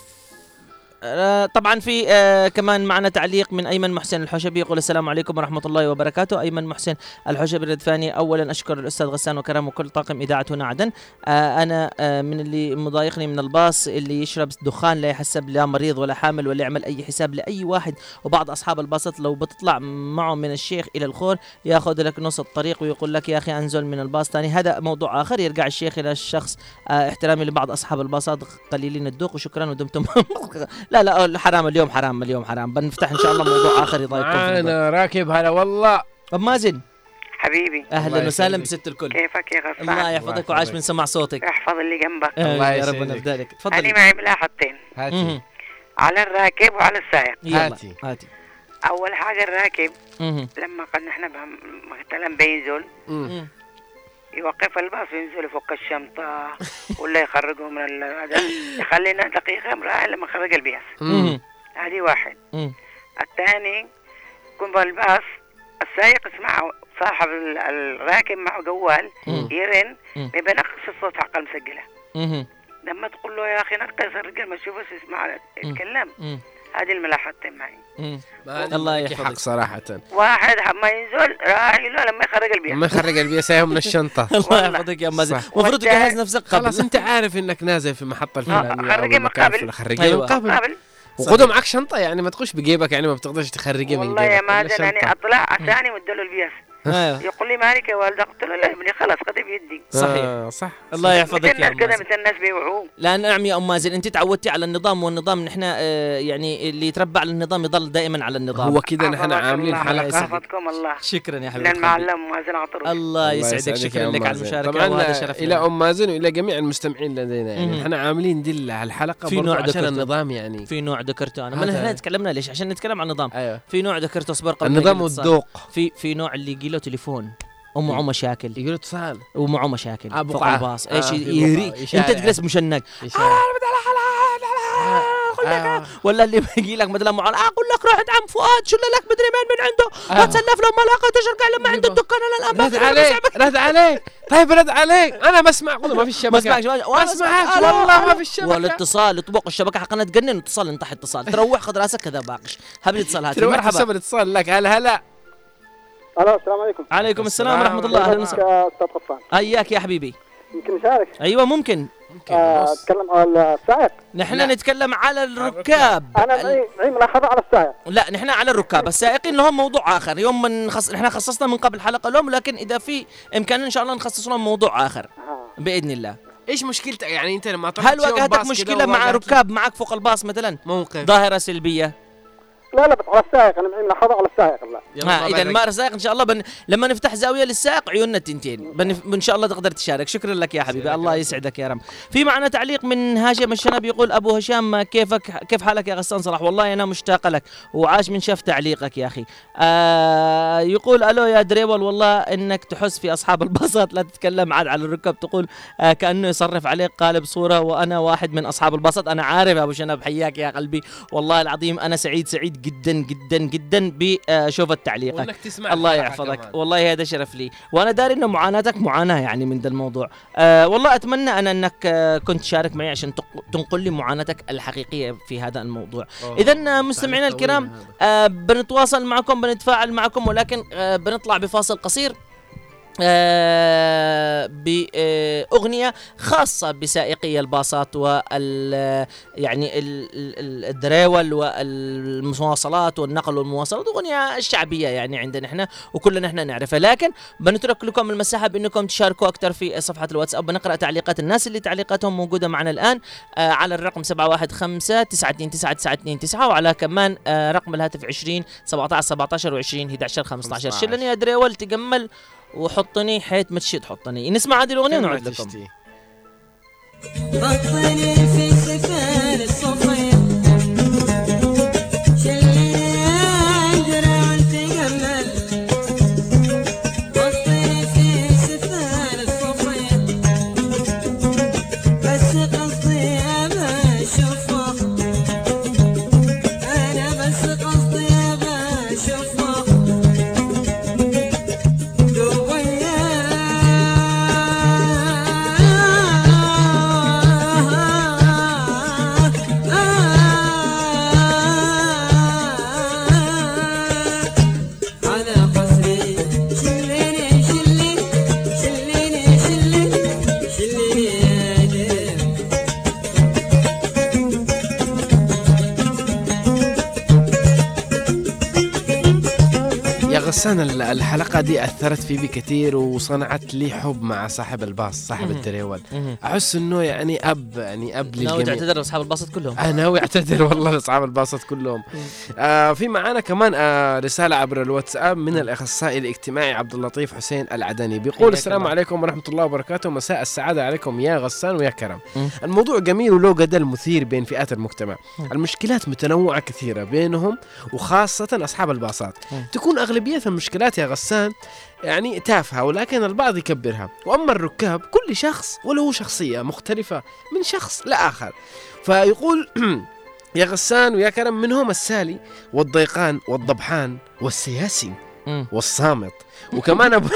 Speaker 1: آه طبعا في آه كمان معنا تعليق من ايمن محسن الحشبي، يقول السلام عليكم ورحمه الله وبركاته. ايمن محسن الحشبي الردفاني، اولا اشكر الاستاذ غسان وكرم وكل طاقم اذاعه هنا عدن. آه انا آه من اللي مضايقني من الباص اللي يشرب دخان لا يحسب لا مريض ولا حامل ولا يعمل اي حساب لاي واحد، وبعض اصحاب الباصات لو بتطلع معه من الشيخ الى الخور ياخذ لك نص الطريق ويقول لك يا اخي انزل من الباص ثاني. هذا موضوع اخر، يرجع الشيخ الى الشخص. آه احترامي لبعض اصحاب الباصات قليلين الذوق، وشكرا ودمتم لا لا حرام، اليوم حرام، اليوم حرام. بنفتح ان شاء الله موضوع اخر يضايقكم في الباص.
Speaker 2: انا راكب هلا والله.
Speaker 1: ابو مازن
Speaker 9: حبيبي
Speaker 1: اهلا وسهلا بست الكل.
Speaker 9: كيفك يا غفار؟
Speaker 1: الله يحفظك وعاش من سمع صوتك.
Speaker 9: احفظ اللي جنبك.
Speaker 2: الله
Speaker 1: يا رب
Speaker 2: يسعدك.
Speaker 1: نبدالك.
Speaker 9: أنا
Speaker 1: تفضلي.
Speaker 9: معي ملاحظتين
Speaker 2: هاتي
Speaker 9: على الراكب وعلى السائق.
Speaker 1: يلا
Speaker 2: هاتي.
Speaker 1: هاتي.
Speaker 9: أول حاجة الراكب
Speaker 1: مهم.
Speaker 9: لما قد نحن بهم- مثلا بينزل
Speaker 2: مم.
Speaker 9: يوقف الباص وينزل يفك الشنطة ولا يخرجه من ال- هذا، يخلينا دقيقة مراعي لما خرج الباص.
Speaker 1: مهم.
Speaker 9: هذه واحد.
Speaker 1: مم.
Speaker 9: الثاني يكون بالباص السائق يسمع صاحب ال- الراكب معه جوال
Speaker 1: مم.
Speaker 9: يرن
Speaker 1: مم.
Speaker 9: بينقص الصوت حق المسجلة.
Speaker 1: مهم.
Speaker 9: لما تقول له يا أخي نقص الرجال ما تشوف بس يسمع يتكلم.
Speaker 1: مم.
Speaker 9: هذه الملاحظتين معي.
Speaker 1: مم.
Speaker 2: ما هذا
Speaker 1: الله
Speaker 2: لك حق
Speaker 1: يحفظك.
Speaker 2: صراحة.
Speaker 9: واحد ما ينزل راعي له لما يخرج البيت.
Speaker 2: لما يخرج البيسايه من الشنطة.
Speaker 1: الله
Speaker 9: والله.
Speaker 1: يحفظك يا مازن،
Speaker 2: صح.
Speaker 1: المفروض تجهز نفسك قبل.
Speaker 2: خلاص انت عارف انك نازل في المحطة الفلانية
Speaker 9: خرجي
Speaker 2: أو
Speaker 9: من
Speaker 2: المكان
Speaker 9: قبل.
Speaker 2: الفلاني. خرجي
Speaker 1: أيوة.
Speaker 2: من قبل.
Speaker 9: قبل
Speaker 2: وخذوا معك شنطة، يعني ما تخش بجيبك، يعني ما بتقدرش تخرجي من
Speaker 9: والله
Speaker 2: جيبك.
Speaker 9: يا
Speaker 2: إلا
Speaker 9: مازن
Speaker 2: شنطة.
Speaker 9: أنا أطلع عشاني مدله البياس.
Speaker 1: ايوه
Speaker 9: يقول لي مالك يا والد؟ قلت له لا ابني خلاص قد بيدي.
Speaker 1: صحيح.
Speaker 2: آه صح.
Speaker 1: الله يحفظك
Speaker 9: مثل
Speaker 1: يا
Speaker 9: الناس
Speaker 1: ام
Speaker 9: كذا
Speaker 1: مازن.
Speaker 9: مثل الناس بيوعوه.
Speaker 1: لا نعم يا ام مازن، انت تعودتي على النظام، والنظام نحن آه يعني اللي يتربى على النظام يضل دائما على النظام.
Speaker 2: هو كده نحن
Speaker 9: حفظك
Speaker 2: عاملين
Speaker 9: الله،
Speaker 2: حلقة.
Speaker 9: حفظكم الله.
Speaker 1: شكرا يا
Speaker 9: من
Speaker 1: حبيبي.
Speaker 9: المعلم مازن عطر.
Speaker 1: الله يسعدك،
Speaker 2: يا
Speaker 1: شكرا
Speaker 2: أم
Speaker 1: لك على
Speaker 2: مازن.
Speaker 1: المشاركه،
Speaker 2: طبعا
Speaker 1: وهذا شرف
Speaker 2: الى
Speaker 1: لنا.
Speaker 2: ام مازن والى جميع المستمعين لدينا، يعني
Speaker 1: مهم.
Speaker 2: نحن عاملين دل على الحلقة
Speaker 1: في
Speaker 2: برضو
Speaker 1: نوع
Speaker 2: عشان
Speaker 1: ذكرته.
Speaker 2: النظام يعني.
Speaker 1: في نوع ذكرته انا،
Speaker 2: هذا-
Speaker 1: من هنا تكلمنا ليش؟ عشان نتكلم عن النظام.
Speaker 2: ايوه
Speaker 1: في نوع ذكرته اصبر قبل ما
Speaker 2: النظام
Speaker 1: يجي الاتصال.
Speaker 2: والذوق.
Speaker 1: في في نوع اللي يجي له تليفون ومعه مشاكل،
Speaker 2: يقولوا اتصال
Speaker 1: ومعه مشاكل
Speaker 2: آه،
Speaker 1: فوق
Speaker 2: بقعة.
Speaker 1: الباص،
Speaker 2: آه،
Speaker 1: ايش
Speaker 2: في
Speaker 1: يهري
Speaker 2: بقعة. يشارع.
Speaker 1: انت تجلس مشنق
Speaker 2: آه.
Speaker 1: ولا اللي بيجي لك مثلا معه اقول لك روح عم فؤاد شو لك مدري مين من عنده، ما تسلف له ما لقيتوش ارجع لما عنده الدكان انا الان
Speaker 2: رد عليك رد عليك طيب رد عليك انا بسمع والله ما في الشبكة
Speaker 1: ما اسمعش
Speaker 2: ما اسمعش والله ما في الشبكة.
Speaker 1: والاتصال طبق الشبكه حقنا تجنن، اتصال انطح اتصال تروح خذ راسك كذا باقش هبل اتصال هاتي.
Speaker 2: تروح
Speaker 1: مرحبا.
Speaker 2: حسب الاتصال لك هلا هلا.
Speaker 10: الو السلام عليكم.
Speaker 1: عليكم السلام ورحمه الله، اهلا
Speaker 10: كيفك
Speaker 1: وسهلا.
Speaker 10: يا استاذ غسان؟
Speaker 1: اياك يا حبيبي.
Speaker 10: يمكن نشارك.
Speaker 1: ايوه ممكن.
Speaker 10: آه، اتكلم على السائق.
Speaker 1: نحن
Speaker 2: لا.
Speaker 1: نتكلم على الركاب.
Speaker 10: انا معي معي ملاحظه على السائق.
Speaker 1: لا نحن على الركاب، السائقين لهم موضوع اخر. يوم من خص... نحن خصصنا من قبل حلقه لهم، لكن اذا في امكان ان شاء الله نخصص لهم موضوع اخر
Speaker 10: آه.
Speaker 1: باذن الله.
Speaker 2: ايش مشكلتك يعني انت لما طلعت
Speaker 1: هل
Speaker 2: يوم
Speaker 1: واجهتك
Speaker 2: باص
Speaker 1: مشكله
Speaker 2: كده
Speaker 1: مع
Speaker 2: وواجهت
Speaker 1: ركاب معك فوق الباص مثلا؟
Speaker 2: موقف
Speaker 1: ظاهره سلبيه؟
Speaker 10: لا لا بس على السائق، انا معي ملاحظه على السائق. لا
Speaker 1: ها اذا ما سائق ان شاء الله بن... لما نفتح زاويه للسائق عيوننا التنتين بن... ان شاء الله تقدر تشارك. شكرا لك يا حبيبي، الله يسعدك يا رب. في معنا تعليق من هاشم الشنب يقول ابو هشام كيفك كيف حالك يا غسان صلاح؟ والله انا مشتاق لك وعاش من شاف تعليقك يا اخي. آه يقول الو يا دريبل، والله انك تحس في اصحاب الباصات لا تتكلم عاد على الركب، تقول آه كانه يصرف عليك قالب صوره، وانا واحد من اصحاب الباصات. انا عارف يا ابو شنب، حياك يا قلبي، والله العظيم انا سعيد سعيد جدا جدا جدا بشوف تعليقك.
Speaker 2: وانك تسمع
Speaker 1: الله
Speaker 2: الحلقة
Speaker 1: يحفظك
Speaker 2: كمان.
Speaker 1: والله هذا شرف لي، وانا داري ان معاناتك معاناه يعني من ذا الموضوع. آه والله اتمنى انا انك آه كنت تشارك معي عشان تق- تنقل لي معاناتك الحقيقيه في هذا الموضوع. اذا مستمعينا الكرام آه بنتواصل معكم بنتفاعل معكم، ولكن آه بنطلع بفاصل قصير آه بأغنية خاصة بسائقي الباصات وال يعني ال- ال- الدريول والمواصلات والنقل والمواصلات، أغنية شعبية يعني عندنا احنا وكلنا احنا نعرفها، لكن بنترك لكم المساحة بأنكم تشاركوا أكثر في صفحة الواتساب. بنقرأ تعليقات الناس اللي تعليقاتهم موجودة معنا الآن آه على الرقم سبعة واحد خمسة تسعة اثنين تسعة تسعة اثنين تسعة، وعلى كمان آه رقم الهاتف عشرين سبعة عشر سبعة عشر وعشرين أحد عشر خمسة عشر. شلني يا دريول تجمل وحطني حيث ما تشي تحطني. نسمع هذه الأغنية ونعود لكم.
Speaker 11: حطني في سفر الصفير
Speaker 2: غسان الحلقة دي أثرت في بي كثير وصنعت لي حب مع صاحب الباص صاحب الدريول. أحس إنه يعني أب يعني أب للجميع.
Speaker 1: ناوي تعتذر لأصحاب الباصات كلهم؟
Speaker 2: أنا ناوي أعتذر والله لأصحاب الباصات كلهم. آه في معانا كمان آه رسالة عبر الواتساب من الأخصائي الاجتماعي عبد اللطيف حسين العدني، بيقول السلام الله. عليكم ورحمة الله وبركاته، مساء السعادة عليكم يا غسان ويا كرم. م. الموضوع جميل وله جدل مثير بين فئات المجتمع. م. المشكلات متنوعة كثيرة بينهم وخاصة أصحاب الباصات. م. تكون أغلبية المشكلات يا غسان يعني تافهة ولكن البعض يكبرها، وأما الركاب كل شخص وله شخصية مختلفة من شخص لآخر. فيقول يا غسان ويا كرم منهم السالي والضيقان والضبحان والسياسي والصامت وكمان أبو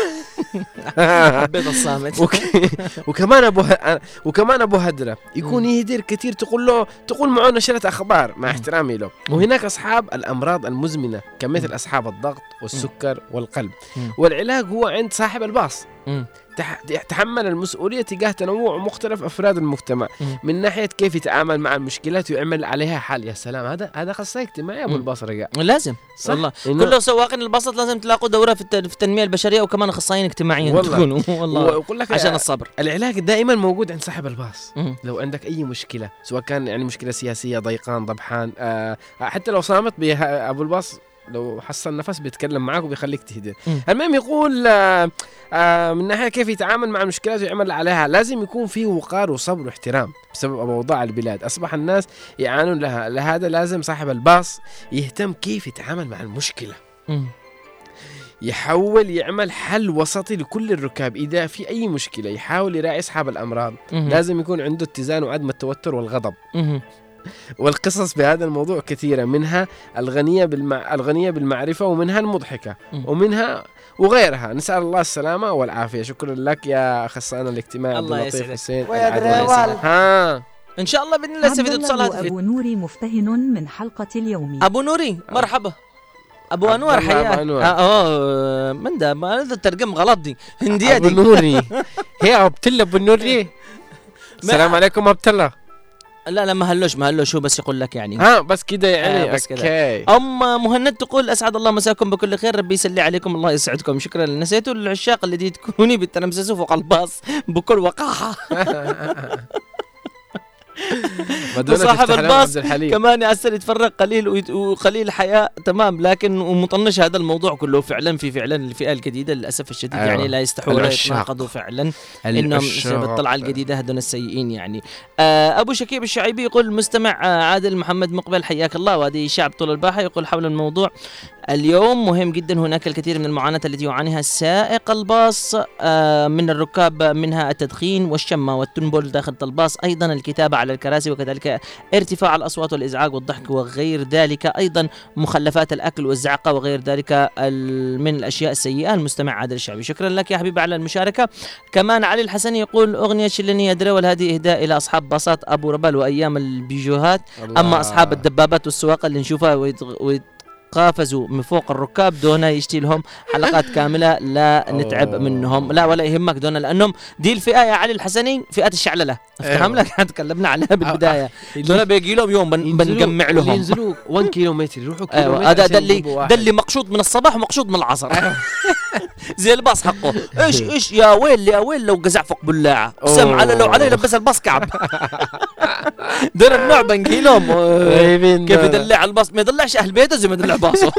Speaker 1: حبيت الصامت
Speaker 2: وك... وكمان ابو ه... وكمان ابو هدره يكون يهدر كثير، تقول له تقول معه نشرة اخبار مع احترامي له. وهناك اصحاب الامراض المزمنه كمثل اصحاب الضغط والسكر والقلب، والعلاج هو عند صاحب الباص. تحمل المسؤولية تجاه تنوع مختلف أفراد المجتمع من ناحية كيف يتعامل مع المشكلات ويعمل عليها حل. يا سلام، هذا هذا أخصائي اجتماعي أبو الباص رجاء.
Speaker 1: لازم والله كل سواقين الباصات لازم تلاقوا دورة في التنمية البشرية وكمان أخصائيين اجتماعيين تكونوا والله عشان الصبر.
Speaker 2: العلاج دائما موجود عند صاحب الباص. مم. لو عندك أي مشكلة سواء كان يعني مشكلة سياسية ضيقان ضبحان آه حتى لو صامت أبو الباص لو حصل نفس بيتكلم معاك وبيخليك تهدر. المهم يقول آه آه من ناحية كيف يتعامل مع المشكلات ويعمل عليها، لازم يكون فيه وقار وصبر واحترام بسبب أوضاع البلاد أصبح الناس يعانون لها. لهذا لازم صاحب الباص يهتم كيف يتعامل مع المشكلة. م. يحاول يعمل حل وسطي لكل الركاب. إذا في أي مشكلة يحاول يراعي أصحاب الأمراض. م. لازم يكون عنده اتزان وعدم التوتر والغضب. م. والقصص بهذا الموضوع كثيرة، منها الغنية بالمع... الغنية بالمعرفة ومنها المضحكة ومنها وغيرها. نسأل الله السلامة والعافية. شكرا لك يا أخصائنا الاجتماعي عبد اللطيف حسين العدني. ها
Speaker 1: إن شاء الله بإذن الله سفيد اتصال هاتفي.
Speaker 11: أبو نوري مفتهن من حلقة اليوم.
Speaker 1: أبو نوري مرحبا. أبو أنور حياك. آه من ده ما هذا الترجمة غلط دي هندية دي.
Speaker 2: أبو نوري هي عبتلة أبو نوري. السلام عليكم عبتلة.
Speaker 1: لا لا ما هلوش ما هلوش هو بس يقول لك يعني
Speaker 2: ها بس كده يعني.
Speaker 1: آه بس اوكي. ام مهند تقول اسعد الله مساكم بكل خير، ربي يسلي عليكم الله يسعدكم. شكرا. نسيتوا العشاق اللي تكوني بالتنمسسوا فوق الباص بكل وقاحه. وصاحب الباص كمان يأثر يتفرق قليل وقليل حياة تمام، لكن ومطنش هذا الموضوع كله فعلا في فعلا الفئة الجديدة للأسف الشديد. أيوة. يعني لا يستحوا ولا يتناقضوا فعلا إنهم بالطلعة الجديدة هذول السيئين يعني. آه أبو شكيب الشعيبي يقول مستمع عادل محمد مقبل حياك الله، وهذه شعب طول الباحة يقول حول الموضوع اليوم مهم جدا. هناك الكثير من المعاناة التي يعانيها سائق الباص آه من الركاب، منها التدخين والشمة والتنبل داخل الباص، أيضا الكتابة على الكراسي، وكذلك ارتفاع الأصوات والإزعاج والضحك وغير ذلك، أيضا مخلفات الأكل والزعقة وغير ذلك من الأشياء السيئة. المستمع عادل الشعبي شكرا لك يا حبيبي على المشاركة. كمان علي الحسني يقول أغنية شلني يا درول هذه إهداء إلى أصحاب باصات أبو ربل وأيام البيجوهات. أما أصحاب الدبابات والسواقة اللي نشوفها ويت قافزوا من فوق الركاب دون يشتي لهم حلقات كاملة لا نتعب منهم. لا ولا يهمك دون، لأنهم دي الفئة يا علي الحسني فئة الشعللة افتهم لك تكلمنا عليها بالبداية. دون بيجي لهم يوم بن بنجمع لهم
Speaker 2: ينزلوا واحد كيلومتر يروحوا كيلومتر.
Speaker 1: هذا ده اللي ده اللي مقصود من الصباح ومقصود من العصر. زي الباص حقه ايش ايش يا ويل يا ويل لو جزع فوق بلاعة سم على لو عليه لبس الباص كعب. دول النوع بنجي لهم كيف يدلع الباص، ما يدلعش أهل بيته زي ما يدلع باصه.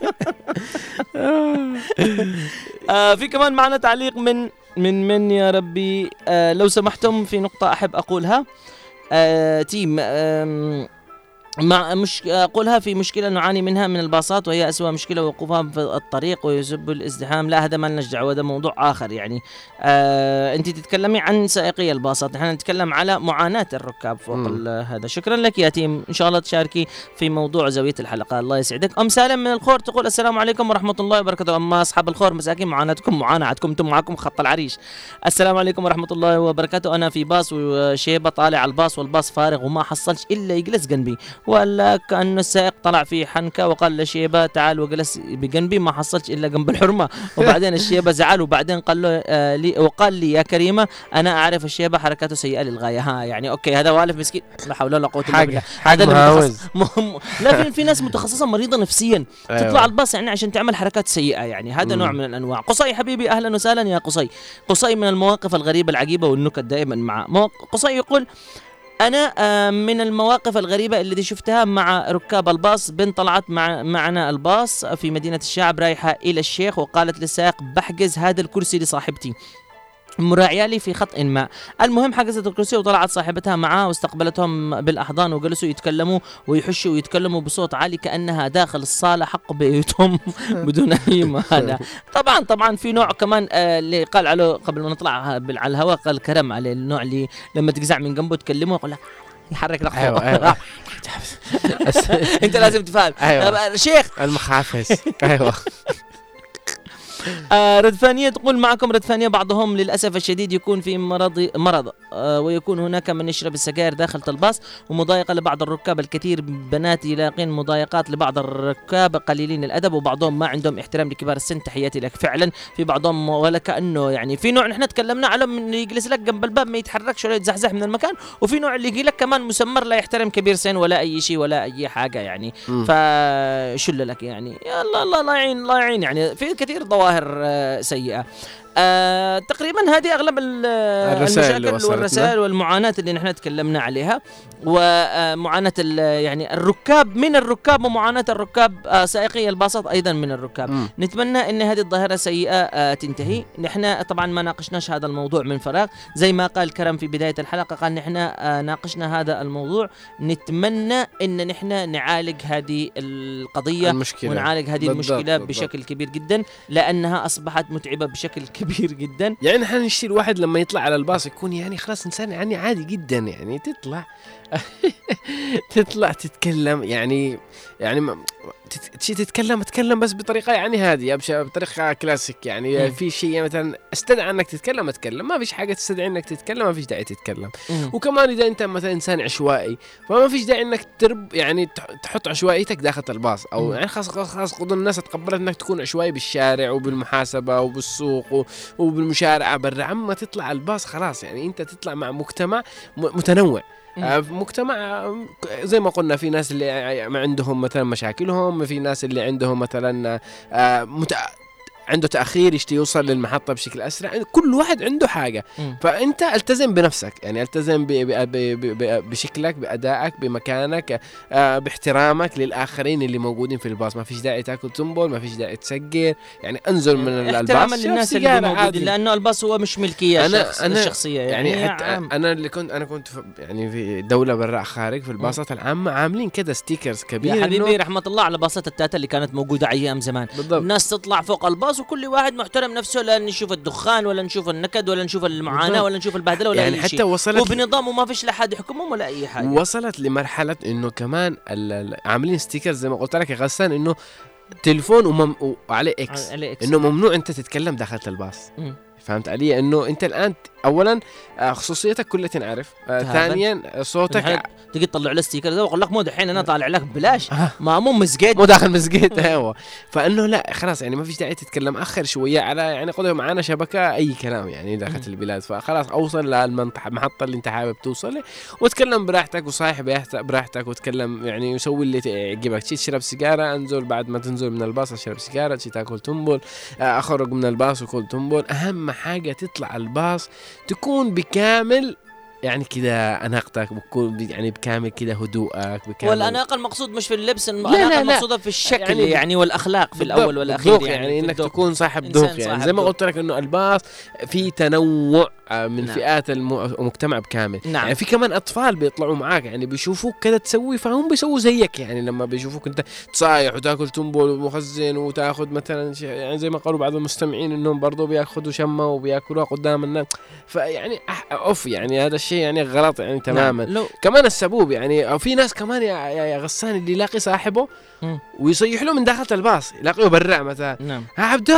Speaker 1: آه في كمان معنا تعليق من من من يا ربي آه لو سمحتم في نقطة أحب أقولها. آه تيم آه مع مش أقولها في مشكلة نعاني منها من الباصات، وهي أسوأ مشكلة وقوفها في الطريق ويسبب الازدحام. لا هذا ما لنا دعوة، هذا موضوع آخر يعني. آه أنت تتكلمي عن سائقي الباصات، نحن نتكلم على معاناة الركاب فوق هذا. شكرا لك يا تيم، إن شاء الله تشاركي في موضوع زاوية الحلقة. الله يسعدك. أم سالم من الخور تقول السلام عليكم ورحمة الله وبركاته. أما أصحاب الخور مساكين معاناتكم معانا عندكم، أنتم معكم خط العريش. السلام عليكم ورحمة الله وبركاته. أنا في باص وشيبة طالع على الباص والباص فارغ وما حصلش إلا يجلس جنبي، ولا كأن السائق طلع في حنكة وقال لشيبة تعال وجلس بجنبي، ما حصلش إلا جنب الحرمة. وبعدين الشيبة زعل وبعدين قال له آه لي وقال لي يا كريمة أنا أعرف الشيبة حركاته سيئة للغاية. ها يعني أوكي هذا والف مسكين، لا حول ولا قوة إلا بالله. هذا متخصص م... لا في في ناس متخصصة مريضة نفسيا
Speaker 2: أيوة.
Speaker 1: تطلع الباص يعني عشان تعمل حركات سيئة، يعني هذا نوع من الأنواع. قصي حبيبي أهلا وسهلا يا قصي. قصي من المواقف الغريبة العجيبة والنكت دائما مع مو... قصي يقول أنا من المواقف الغريبة اللي شفتها مع ركاب الباص، بنت طلعت مع معنا الباص في مدينة الشعب رايحة إلى الشيخ، وقالت للسائق بحجز هذا الكرسي لصاحبتي مراعية لي في خط ما. المهم حجزت الكرسي وطلعت صاحبتها معها واستقبلتهم بالأحضان وجلسوا يتكلموا ويحشوا ويتكلموا بصوت عالي كأنها داخل الصالة حق بيتهم بدون أي مهانة. طبعا طبعا في نوع كمان آه اللي قال عليه قبل ما نطلع على الهواء، قال كرم عليه النوع اللي لما تجزع من جنبه تكلمه يقول لك يحرك رقبته.
Speaker 2: أيوة أيوة.
Speaker 1: أنت لازم تفهم.
Speaker 2: أيوة.
Speaker 1: شيخ
Speaker 2: المخافز. أيوة.
Speaker 1: آه ردفانية تقول معكم ردفانية، بعضهم للأسف الشديد يكون في مرض مرض آه ويكون هناك من يشرب السجاير داخل الباص، ومضايقة لبعض الركاب. الكثير بنات يلاقين مضايقات لبعض الركاب قليلين الأدب، وبعضهم ما عندهم احترام لكبار السن. تحياتي لك. فعلا في بعضهم ولا كأنه يعني في نوع نحن تكلمنا على من يجلس لك جنب الباب ما يتحركش ولا يتزحزح من المكان، وفي نوع اللي يجي لك كمان مسمر لا يحترم كبير سن ولا أي شيء ولا أي حاجة يعني. فشل لك يعني يا الله الله الله يعين الله يعين يعني. في كثير ظواهر سيئة. آه تقريبا هذه أغلب المشاكل والرسائل والمعاناة اللي نحن تكلمنا عليها، ومعاناة يعني الركاب من الركاب ومعاناة الركاب آه سائقي الباصات أيضا من الركاب. م. نتمنى أن هذه الظاهرة السيئة آه تنتهي. نحن طبعا ما ناقشناش هذا الموضوع من فراغ، زي ما قال كرم في بداية الحلقة، قال نحن آه ناقشنا هذا الموضوع. نتمنى أن نحن نعالج هذه القضية المشكلة. ونعالج هذه بالضبط المشكلة بالضبط. بشكل كبير جدا، لأنها أصبحت متعبة بشكل كبير جدا.
Speaker 2: يعني نحن نشتري الواحد لما يطلع على الباص يكون يعني خلاص إنسان يعني عادي جدا، يعني تطلع تطلع تتكلم يعني يعني تشي تتكلم تتكلم بس بطريقة يعني هادية بطريقة كلاسيك يعني. م. في شيء مثلا استدعى انك تتكلم اتكلم، ما فيش حاجة تستدعي انك تتكلم، ما فيش داعي تتكلم. م. وكمان اذا انت مثلا انسان عشوائي فما فيش داعي انك ترب يعني تحط عشوائيتك داخل الباص، او م. يعني خلاص خلاص قدر الناس تقبلت انك تكون عشوائي بالشارع وبالمحاسبة وبالسوق وبالمشارعة برا. عما تطلع الباص خلاص يعني انت تطلع مع مجتمع متنوع. آه مجتمع زي ما قلنا، في ناس اللي ما عندهم مثلا مشاكلهم، في ناس اللي عندهم مثلا آه مت... عنده تأخير يشتي يوصل للمحطة بشكل أسرع. كل واحد عنده حاجة. م. فأنت التزم بنفسك، يعني التزم ب... ب... ب... ب... بشكلك، بأدائك، بمكانك، آه باحترامك للآخرين اللي موجودين في الباص. ما فيش داعي تاكل تنبول، ما فيش داعي تسجر، يعني انزل من الباص
Speaker 1: احتراما للناس اللي موجودين، لأنه الباص هو مش ملكية أنا شخص أنا الشخصية يعني,
Speaker 2: يعني حتى أنا اللي كنت أنا كنت يعني في دولة برا خارج في الباصات العامة عاملين كده ستيكرز كبير.
Speaker 1: يا حبيبي رحمة الله على باصات التاتا اللي كانت موجودة أيام زمان. بالضبط. الناس تطلع فوق الباص وكل واحد محترم نفسه، لا نشوف الدخان ولا نشوف النكد ولا نشوف المعاناة بالضبط. ولا نشوف البهدلة ولا يعني أي شيء، وبنظام وما فيش لحد يحكمهم ولا أي حاجة.
Speaker 2: وصلت لمرحلة إنه كمان عاملين ستيكرز زي ما قلت لك يا غسان، إنه تلفون ومم... وعليه إكس، إكس إنه ممنوع أنت تتكلم داخل الباص. م. فهمت علي؟ إنه أنت الآن أولاً خصوصيتك كلها تنعرف، آه ثانياً صوتك
Speaker 1: تجي تطلع له ستيكر ده وأقول لك مو دحين أنا طالع لك بلاش ما مو مسجد
Speaker 2: مو داخل مسجد. أيوة. فإنه لا خلاص يعني ما فيش داعي تتكلم، أخر شوية على يعني قدر معانا شبكة أي كلام يعني داخل البلاد، فخلاص أوصل للمحطة اللي أنت حابب توصل وتكلم براحتك وصايح براحتك وتكلم يعني وسوي اللي يعجبك. تشي تشرب سيجارة انزل، بعد ما تنزل من الباص اشرب سيجارة، تشي تاكل تنبول، أخرج من الباص وكل تنبول. أهم حاجة تطلع الباص تكون بكامل يعني كده اناقتك بكون يعني بكامل كده هدوءك بكامل.
Speaker 1: والاناقه المقصود مش في اللبس، الاناقه المقصوده في الشكل يعني, يعني والاخلاق في الاول والاخير
Speaker 2: يعني,
Speaker 1: يعني,
Speaker 2: يعني انك
Speaker 1: الذوق.
Speaker 2: تكون صاحب ذوق يعني زي ما قلت لك انه الباص في تنوع من نعم. فئات المجتمع بكامل.
Speaker 1: نعم.
Speaker 2: يعني في كمان اطفال بيطلعوا معاك يعني بيشوفوك كده تسوي فهم بيسووا زيك يعني لما بيشوفوك انت تصايح وتاكل تنبول ومخزن وتاخذ مثلا يعني زي ما قالوا بعض المستمعين انهم برضو بياخذوا شمه وبياكلوها قدام الناس، فيعني اوف يعني هذا الشيء يعني غلط يعني تماما.
Speaker 1: نعم.
Speaker 2: كمان السبوب يعني او في ناس كمان يا, يا غسان اللي يلاقي صاحبه م. ويصيح له من داخل الباص يلاقيه برع مثلا.
Speaker 1: نعم.
Speaker 2: عبدو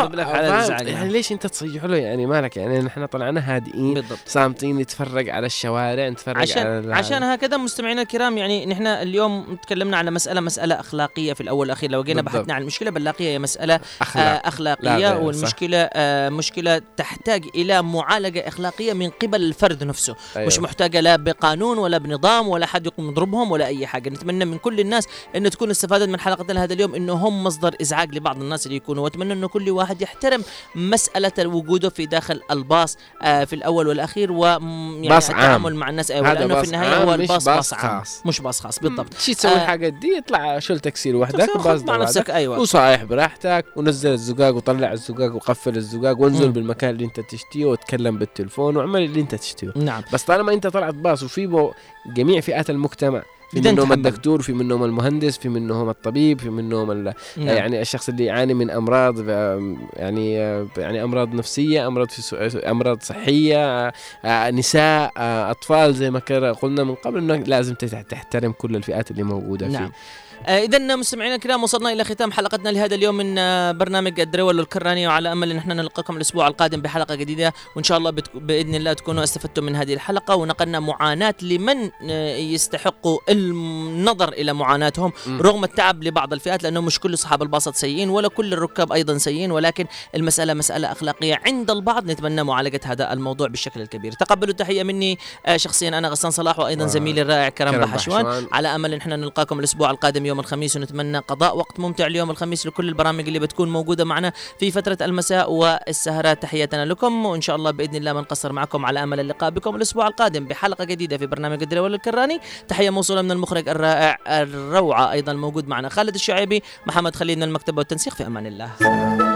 Speaker 1: يعني,
Speaker 2: يعني ليش انت تصيح له يعني مالك يعني نحن طلعنا هادئين بالضبط. صامتين نتفرج على الشوارع نتفرج
Speaker 1: عشان
Speaker 2: على
Speaker 1: عشان هكذا مستمعينا الكرام يعني نحن اليوم تكلمنا على مسألة مسألة أخلاقية في الأول والأخير. لو جينا بحثنا عن المشكلة بنلاقيها هي مسألة أخلاق. آه أخلاقية والمشكلة آه مشكلة تحتاج إلى معالجة أخلاقية من قبل الفرد نفسه. أيوه. مش محتاجة لا بقانون ولا بنظام ولا حد يقوم يضربهم ولا أي حاجة. نتمنى من كل الناس أن تكون استفادت من حلقتنا هذا اليوم إنه هم مصدر إزعاج لبعض الناس اللي يكونوا، وأتمنى إنه كل واحد يحترم مسألة وجوده في داخل الباص آه في الأول والأخير و يعني التعامل مع الناس. أيوة لأنه في النهاية هو الباص باص عام مش باص خاص بالضبط.
Speaker 2: شي تسوي
Speaker 1: آه
Speaker 2: الحاجة دي يطلع شل تكسير وحدك وباص
Speaker 1: مع نفسك. أيوة.
Speaker 2: وصايح براحتك ونزل الزقاق وطلع الزقاق وقفل الزقاق وانزل بالمكان اللي انت تشتيه وتكلم بالتلفون وعمل اللي انت تشتيه.
Speaker 1: نعم.
Speaker 2: بس طالما انت طلعت باص وفي جميع فئات المجتمع، في منهم الدكتور، في منهم المهندس، في منهم الطبيب، في منهم نعم. يعني الشخص اللي يعاني من امراض يعني يعني امراض نفسيه، امراض في امراض صحيه، نساء، اطفال، زي ما قلنا من قبل انه لازم تحترم كل الفئات اللي موجوده نعم. فيه.
Speaker 1: إذا مستمعينا الكرام وصلنا إلى ختام حلقتنا لهذا اليوم من برنامج الدريول الكراني، وعلى أمل أن احنا نلقاكم الأسبوع القادم بحلقة جديدة، وإن شاء الله بإذن الله تكونوا استفدتم من هذه الحلقة ونقلنا معاناة لمن يستحقوا النظر إلى معاناتهم م. رغم التعب لبعض الفئات، لأنه مش كل أصحاب الباصات سيئين ولا كل الركاب أيضا سيئين، ولكن المسألة مسألة أخلاقية عند البعض. نتمنى معالجة هذا الموضوع بالشكل الكبير. تقبلوا تحية مني شخصيا أنا غسان صلاح، وأيضا و... زميلي الرائع كرم بحشوان. على أمل أن احنا نلقاكم الأسبوع القادم يوم الخميس، ونتمنى قضاء وقت ممتع اليوم الخميس لكل البرامج اللي بتكون موجودة معنا في فترة المساء والسهرات. تحياتنا لكم، وإن شاء الله بإذن الله ما نقصر معكم، على أمل اللقاء بكم الأسبوع القادم بحلقة جديدة في برنامج الدريول الكراني. تحية موصولة من المخرج الرائع الروعة أيضا الموجود معنا خالد الشعيبي، محمد خليل من المكتب والتنسيق. في أمان الله.